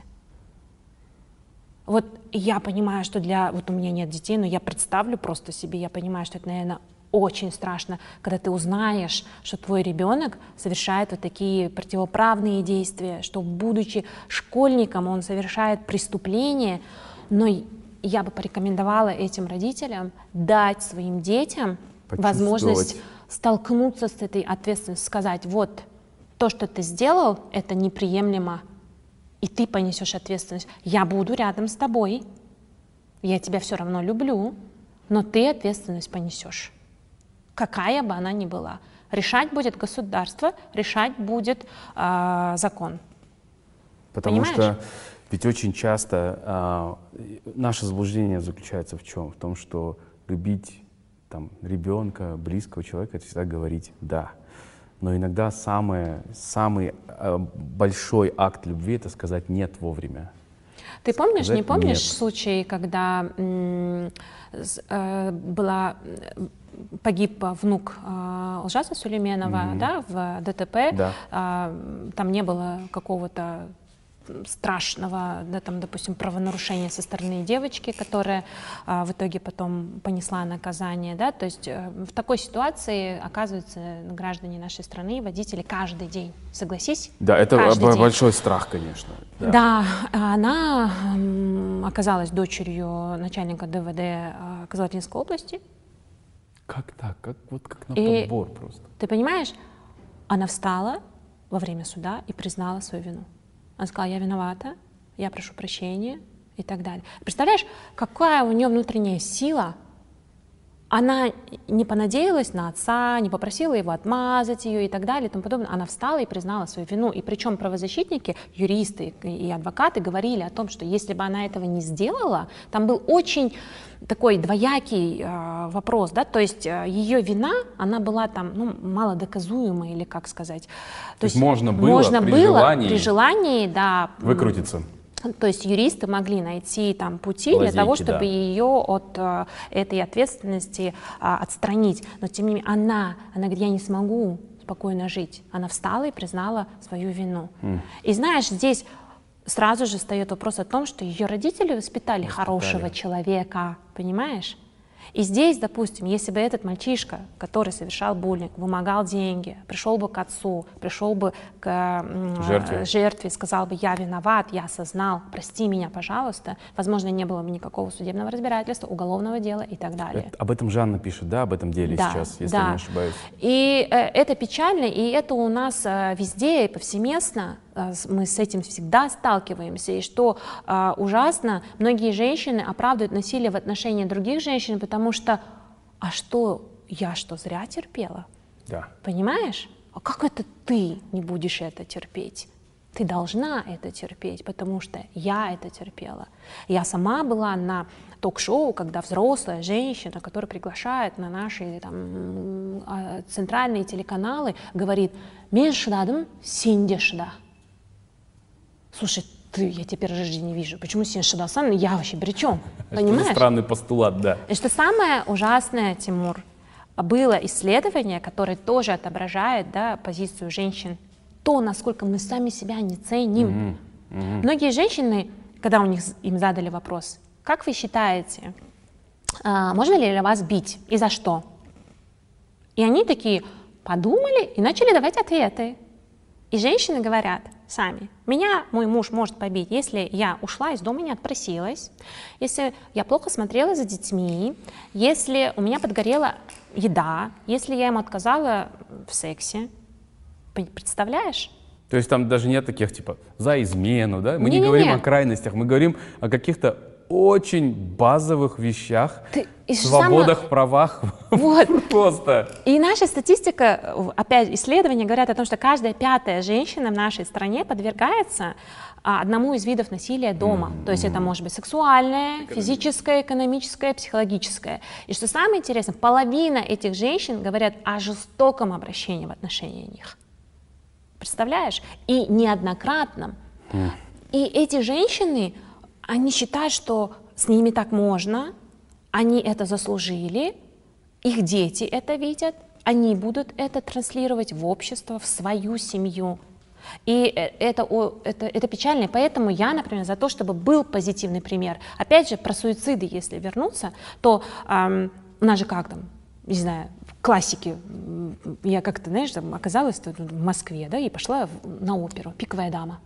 Вот я понимаю, что для... Вот у меня нет детей, но я представлю просто себе, я понимаю, что это, наверное, очень страшно, когда ты узнаешь, что твой ребенок совершает вот такие противоправные действия, что, будучи школьником, он совершает преступление, но я бы порекомендовала этим родителям дать своим детям возможность столкнуться с этой ответственностью, сказать, вот, то, что ты сделал, это неприемлемо, и ты понесешь ответственность. Я буду рядом с тобой, я тебя все равно люблю, но ты ответственность понесешь, какая бы она ни была. Решать будет государство, решать будет э, закон. Потому Понимаешь? что ведь очень часто э, наше заблуждение заключается в чем? В том, что любить там, ребенка, близкого человека, это всегда говорить «да». Но иногда самый, самый э, большой акт любви — это сказать «нет» вовремя. Ты помнишь, сказать не помнишь «нет». случай, когда м, с, э, была, погиб внук э, Ылжаса Сулейменова, mm-hmm. да, в ДТП, да. э, там не было какого-то страшного, да, там, допустим, правонарушения со стороны девочки, которая а, в итоге потом понесла наказание, да, то есть а, в такой ситуации оказываются граждане нашей страны, водители каждый день, согласись? Да, это каждый большой день. Страх, конечно. Да, да, она м, оказалась дочерью начальника ДВД а, Кызылординской области. Как так? Как, вот как на И подбор просто. Ты понимаешь, она встала во время суда и признала свою вину. Она сказала, я виновата, я прошу прощения и так далее. Представляешь, какая у нее внутренняя сила? Она не понадеялась на отца, не попросила его отмазать ее и так далее и тому подобное. Она встала и признала свою вину. И причем правозащитники, юристы и адвокаты говорили о том, что если бы она этого не сделала, там был очень такой двоякий э, вопрос, да, то есть э, ее вина, она была там, ну, малодоказуемой, или как сказать. То, то есть можно было, можно при, было желании при желании, да, выкрутиться. То есть юристы могли найти там пути Лазейки, для того, чтобы да. ее от э, этой ответственности э, отстранить. Но тем не менее она, она говорит, я не смогу спокойно жить. Она встала и признала свою вину. Mm. И знаешь, здесь сразу же встает вопрос о том, что ее родители воспитали, воспитали хорошего человека, понимаешь? И здесь, допустим, если бы этот мальчишка, который совершал буллинг, вымогал деньги, пришел бы к отцу, пришел бы к жертве, жертве сказал бы, я виноват, я осознал, прости меня, пожалуйста, возможно, не было бы никакого судебного разбирательства, уголовного дела и так далее. Это, об этом Жанна пишет, да, об этом деле да, сейчас, если да. я не ошибаюсь. И э, это печально, и это у нас э, везде и повсеместно. Мы с этим всегда сталкиваемся, и что э, ужасно, многие женщины оправдывают насилие в отношении других женщин, потому что, а что, я что, зря терпела? Да. Понимаешь? А как это ты не будешь это терпеть? Ты должна это терпеть, потому что я это терпела. Я сама была на ток-шоу, когда взрослая женщина, которая приглашает на наши там, центральные телеканалы, говорит, «Мен шыдадым, сен де шыда». Слушай, ты, я теперь жизни не вижу. Почему сен шыдасан? Я вообще при чем? Понимаешь? Это странный постулат, да. И что самое ужасное, Тимур, было исследование, которое тоже отображает, да, позицию женщин, то, насколько мы сами себя не ценим. Mm-hmm. Mm-hmm. Многие женщины, когда у них, им задали вопрос, как вы считаете, а, можно ли вас бить и за что? И они такие подумали и начали давать ответы. И женщины говорят, сами. Меня мой муж может побить, если я ушла из дома и не отпросилась, если я плохо смотрела за детьми, если у меня подгорела еда, если я ему отказала в сексе. Представляешь? То есть там даже нет таких, типа, за измену, да? Мы Не, не, не, говорим не. о крайностях, мы говорим о каких-то очень базовых вещах, Ты- и свободах, самое- правах. Вот. Просто. И наша статистика, опять исследования говорят о том, что каждая пятая женщина в нашей стране подвергается а, одному из видов насилия дома. То есть это может быть сексуальное, физическое, экономическое, психологическое. И что самое интересное, половина этих женщин говорят о жестоком обращении в отношении них. Представляешь? И неоднократном. И эти женщины, они считают, что с ними так можно, они это заслужили, их дети это видят, они будут это транслировать в общество, в свою семью. И это, о- это, это печально, и поэтому я, например, за то, чтобы был позитивный пример. Опять же, про суициды, если вернуться, то эм, у нас же как там, не знаю, в классике, м, я как-то, знаешь, там оказалась тут в Москве, да, и пошла в- на оперу «Пиковая дама».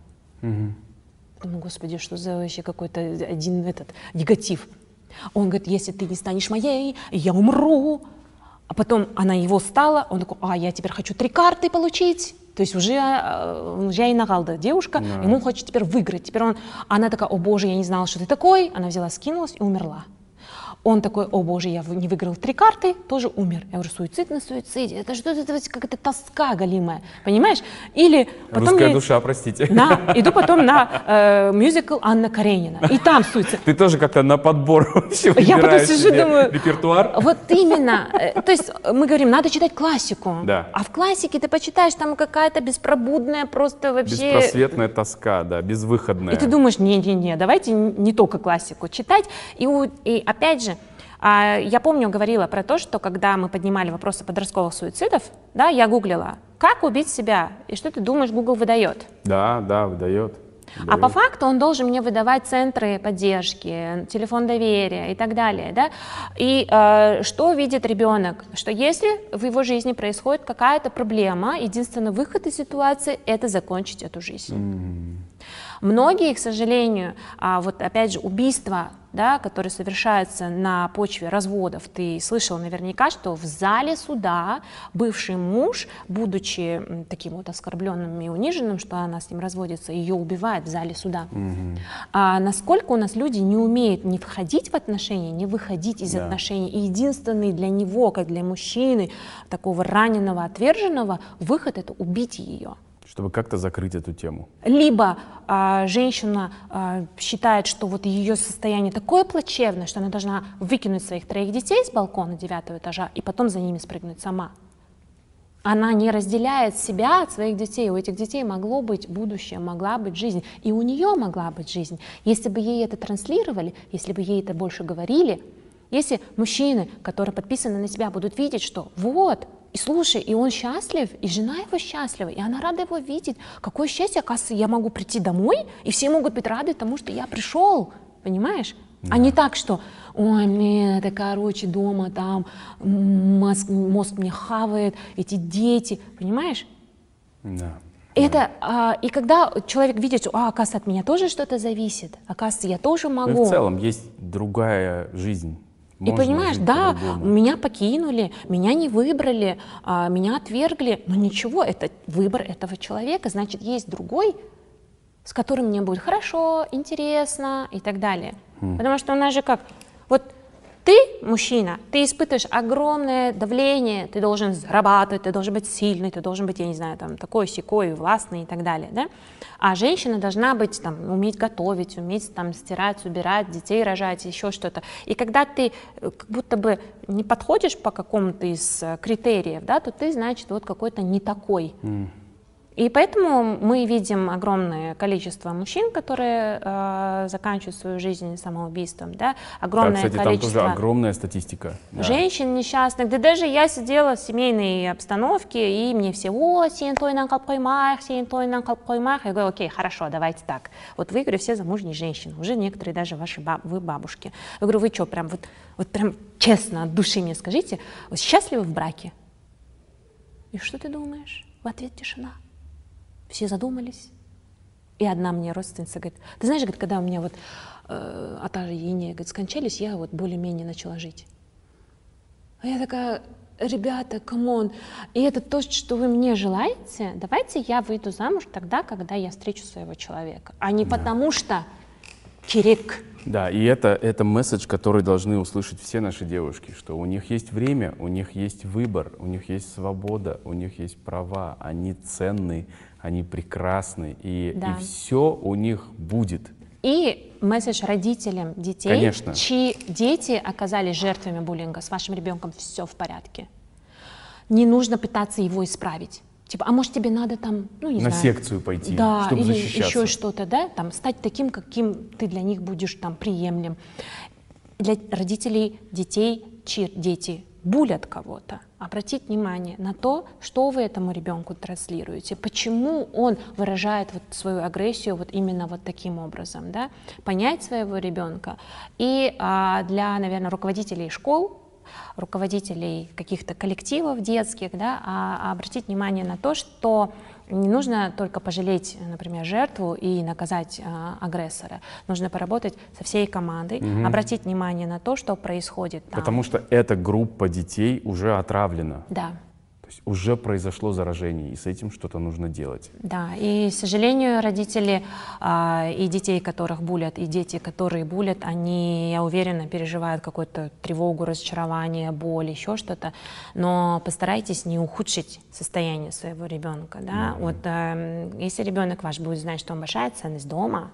Думаю, господи, что за вообще какой-то один этот негатив. Он говорит, если ты не станешь моей, я умру. А потом она его стала, он такой, а я теперь хочу три карты получить. То есть уже, э, уже и нагалда девушка, Да. ему хочет теперь выиграть. Теперь он, она такая, о боже, я не знала, что ты такой. Она взяла, скинулась и умерла. Он такой, о боже, я в- не выиграл три карты, тоже умер. Я говорю, суицид на суициде, это что это вот какая-то тоска голимая, понимаешь? Или потом Русская я- душа, простите. Да, иду потом на э, мюзикл Анна Каренина, и там суицид. Ты тоже как-то на подбор вообще Я потом выбираешь сижу, себе думаю, репертуар. Вот именно. Э, То есть мы говорим, надо читать классику. Да. А в классике ты почитаешь, там какая-то беспробудная просто вообще... Беспросветная тоска, да, безвыходная. И ты думаешь, не-не-не, давайте не только классику читать. И, у- и опять же, а, я помню, говорила про то, что когда мы поднимали вопросы подростковых суицидов, да, я гуглила, как убить себя, и что ты думаешь, Google выдает? Да, да, выдает. А по факту он должен мне выдавать центры поддержки, телефон доверия и так далее. Да? И э, что видит ребенок? Что если в его жизни происходит какая-то проблема, единственный выход из ситуации – это закончить эту жизнь. Многие, к сожалению, а, вот опять же убийства, да, которые совершаются на почве разводов, ты слышал наверняка, что в зале суда бывший муж, будучи м, таким вот оскорбленным и униженным, что она с ним разводится, ее убивает в зале суда. А насколько у нас люди не умеют не входить в отношения, не выходить из Да. отношений, и единственный для него, как для мужчины, такого раненого, отверженного, выход – это убить ее. Чтобы как-то закрыть эту тему. Либо а, женщина а, считает, что вот ее состояние такое плачевное, что она должна выкинуть своих троих детей с балкона девятого этажа и потом за ними спрыгнуть сама. Она не разделяет себя от своих детей. У этих детей могло быть будущее, могла быть жизнь. И у нее могла быть жизнь. Если бы ей это транслировали, если бы ей это больше говорили, если мужчины, которые подписаны на себя, будут видеть, что вот, и слушай, и он счастлив, и жена его счастлива, и она рада его видеть. Какое счастье, оказывается, я могу прийти домой, и все могут быть рады тому, что я пришел, понимаешь? А не так, что, ой, блин, это, короче, дома там мозг, мозг мне хавает, эти дети, понимаешь? Да. Это, а, и когда человек видит, что, а, оказывается, от меня тоже что-то зависит, оказывается, я тоже Ну могу. и в целом есть другая жизнь. И Можно понимаешь, жить да, по-другому. меня покинули, меня не выбрали, а, меня отвергли, но ничего, это выбор этого человека, значит, есть другой, с которым мне будет хорошо, интересно и так далее. Потому что у нас же как, вот ты, мужчина, ты испытываешь огромное давление, ты должен зарабатывать, ты должен быть сильный, ты должен быть, я не знаю, там, такой, сякой, властный и так далее, да? А женщина должна быть, там, уметь готовить, уметь, там, стирать, убирать, детей рожать, еще что-то. И когда ты э, как будто бы не подходишь по какому-то из э, критериев, да, то ты, значит, вот какой-то не такой. И поэтому мы видим огромное количество мужчин, которые э, заканчивают свою жизнь самоубийством, да, Да, огромное кстати, там количество тоже огромная статистика. Да. женщин несчастных. Да даже я сидела в семейной обстановке, и мне все, о, сен тойнан калып коймайық, сен тойнан калып коймайық. Я говорю, окей, хорошо, давайте так. Вот вы, говорю, все замужние женщины, уже некоторые даже ваши баб, вы бабушки. Я говорю, вы что, прям вот, вот прям честно, от души мне скажите, вы счастливы в браке? И что ты думаешь? В ответ тишина. Все задумались. И одна мне родственница говорит, ты знаешь, говорит, когда у меня вот э, Атар и Ине скончались, я вот более-менее начала жить. А я такая, ребята, камон, и это то, что вы мне желаете, давайте я выйду замуж тогда, когда я встречу своего человека, а не да. потому что керек. Да, и это, это месседж, который должны услышать все наши девушки, что у них есть время, у них есть выбор, у них есть свобода, у них есть права, они ценны, они прекрасны, и, да. и все у них будет. И месседж родителям детей, Конечно. чьи дети оказались жертвами буллинга, с вашим ребенком все в порядке. Не нужно пытаться его исправить. Типа, а может тебе надо там, ну не на знаю. секцию пойти, да, чтобы или защищаться. еще что-то, да, там стать таким, каким ты для них будешь там приемлем. Для родителей детей, чьи дети булят кого-то, обратить внимание на то, что вы этому ребенку транслируете, почему он выражает вот свою агрессию вот именно вот таким образом, да, понять своего ребенка. И а, для, наверное, руководителей школ, руководителей каких-то коллективов детских, да, а, обратить внимание на то, что не нужно только пожалеть, например, жертву и наказать а, агрессора. Нужно поработать со всей командой, угу. обратить внимание на то, что происходит там. Потому что эта группа детей уже отравлена. Да. То есть уже произошло заражение, и с этим что-то нужно делать. Да, и, к сожалению, родители а, и детей, которых булят, и дети, которые булят, они, я уверена, переживают какую-то тревогу, разочарование, боль, еще что-то. Но постарайтесь не ухудшить состояние своего ребенка. Да? Mm-hmm. Вот, а, если ребенок ваш будет знать, что он большая ценность дома,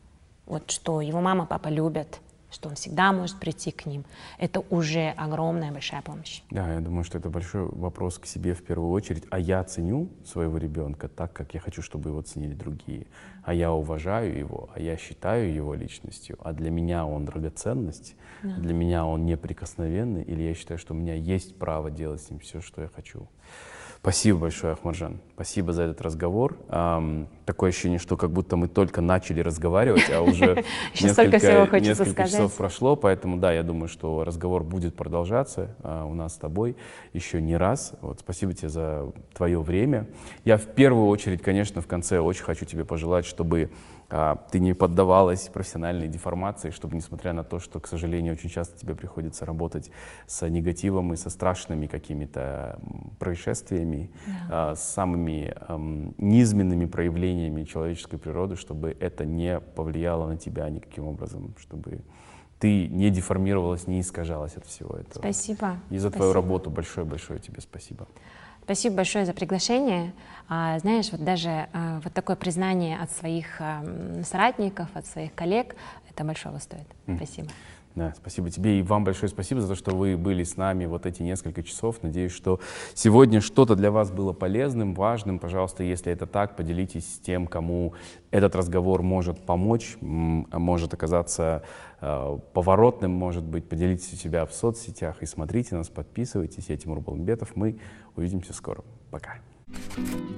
вот, что его мама, папа любят, что он всегда может прийти к ним, это уже огромная большая помощь. Да, я думаю, что это большой вопрос к себе в первую очередь. А я ценю своего ребенка так, как я хочу, чтобы его ценили другие. А я уважаю его, а я считаю его личностью. А для меня он драгоценность, да. для меня он неприкосновенный, или я считаю, что у меня есть право делать с ним все, что я хочу. Спасибо большое, Ахмаржан. Спасибо за этот разговор. Эм, такое ощущение, что как будто мы только начали разговаривать, а уже несколько, несколько часов прошло. Поэтому да, я думаю, что разговор будет продолжаться э, у нас с тобой еще не раз. Вот, спасибо тебе за твое время. Я в первую очередь, конечно, в конце очень хочу тебе пожелать, чтобы а, ты не поддавалась профессиональной деформации, чтобы, несмотря на то, что, к сожалению, очень часто тебе приходится работать с негативом и со страшными какими-то происшествиями, да. а, с самыми а, низменными проявлениями человеческой природы, чтобы это не повлияло на тебя никаким образом, чтобы ты не деформировалась, не искажалась от всего этого. Спасибо. И за спасибо. твою работу большое-большое тебе спасибо. Спасибо большое за приглашение. А, знаешь, вот даже а, вот такое признание от своих а, соратников, от своих коллег, это большого стоит. Mm. Спасибо. Да, спасибо тебе и вам большое спасибо за то, что вы были с нами вот эти несколько часов. Надеюсь, что сегодня что-то для вас было полезным, важным. Пожалуйста, если это так, поделитесь с тем, кому этот разговор может помочь, может оказаться э, поворотным, может быть. Поделитесь у себя в соцсетях и смотрите нас, подписывайтесь. Я Тимур Балымбетов. Мы увидимся скоро. Пока.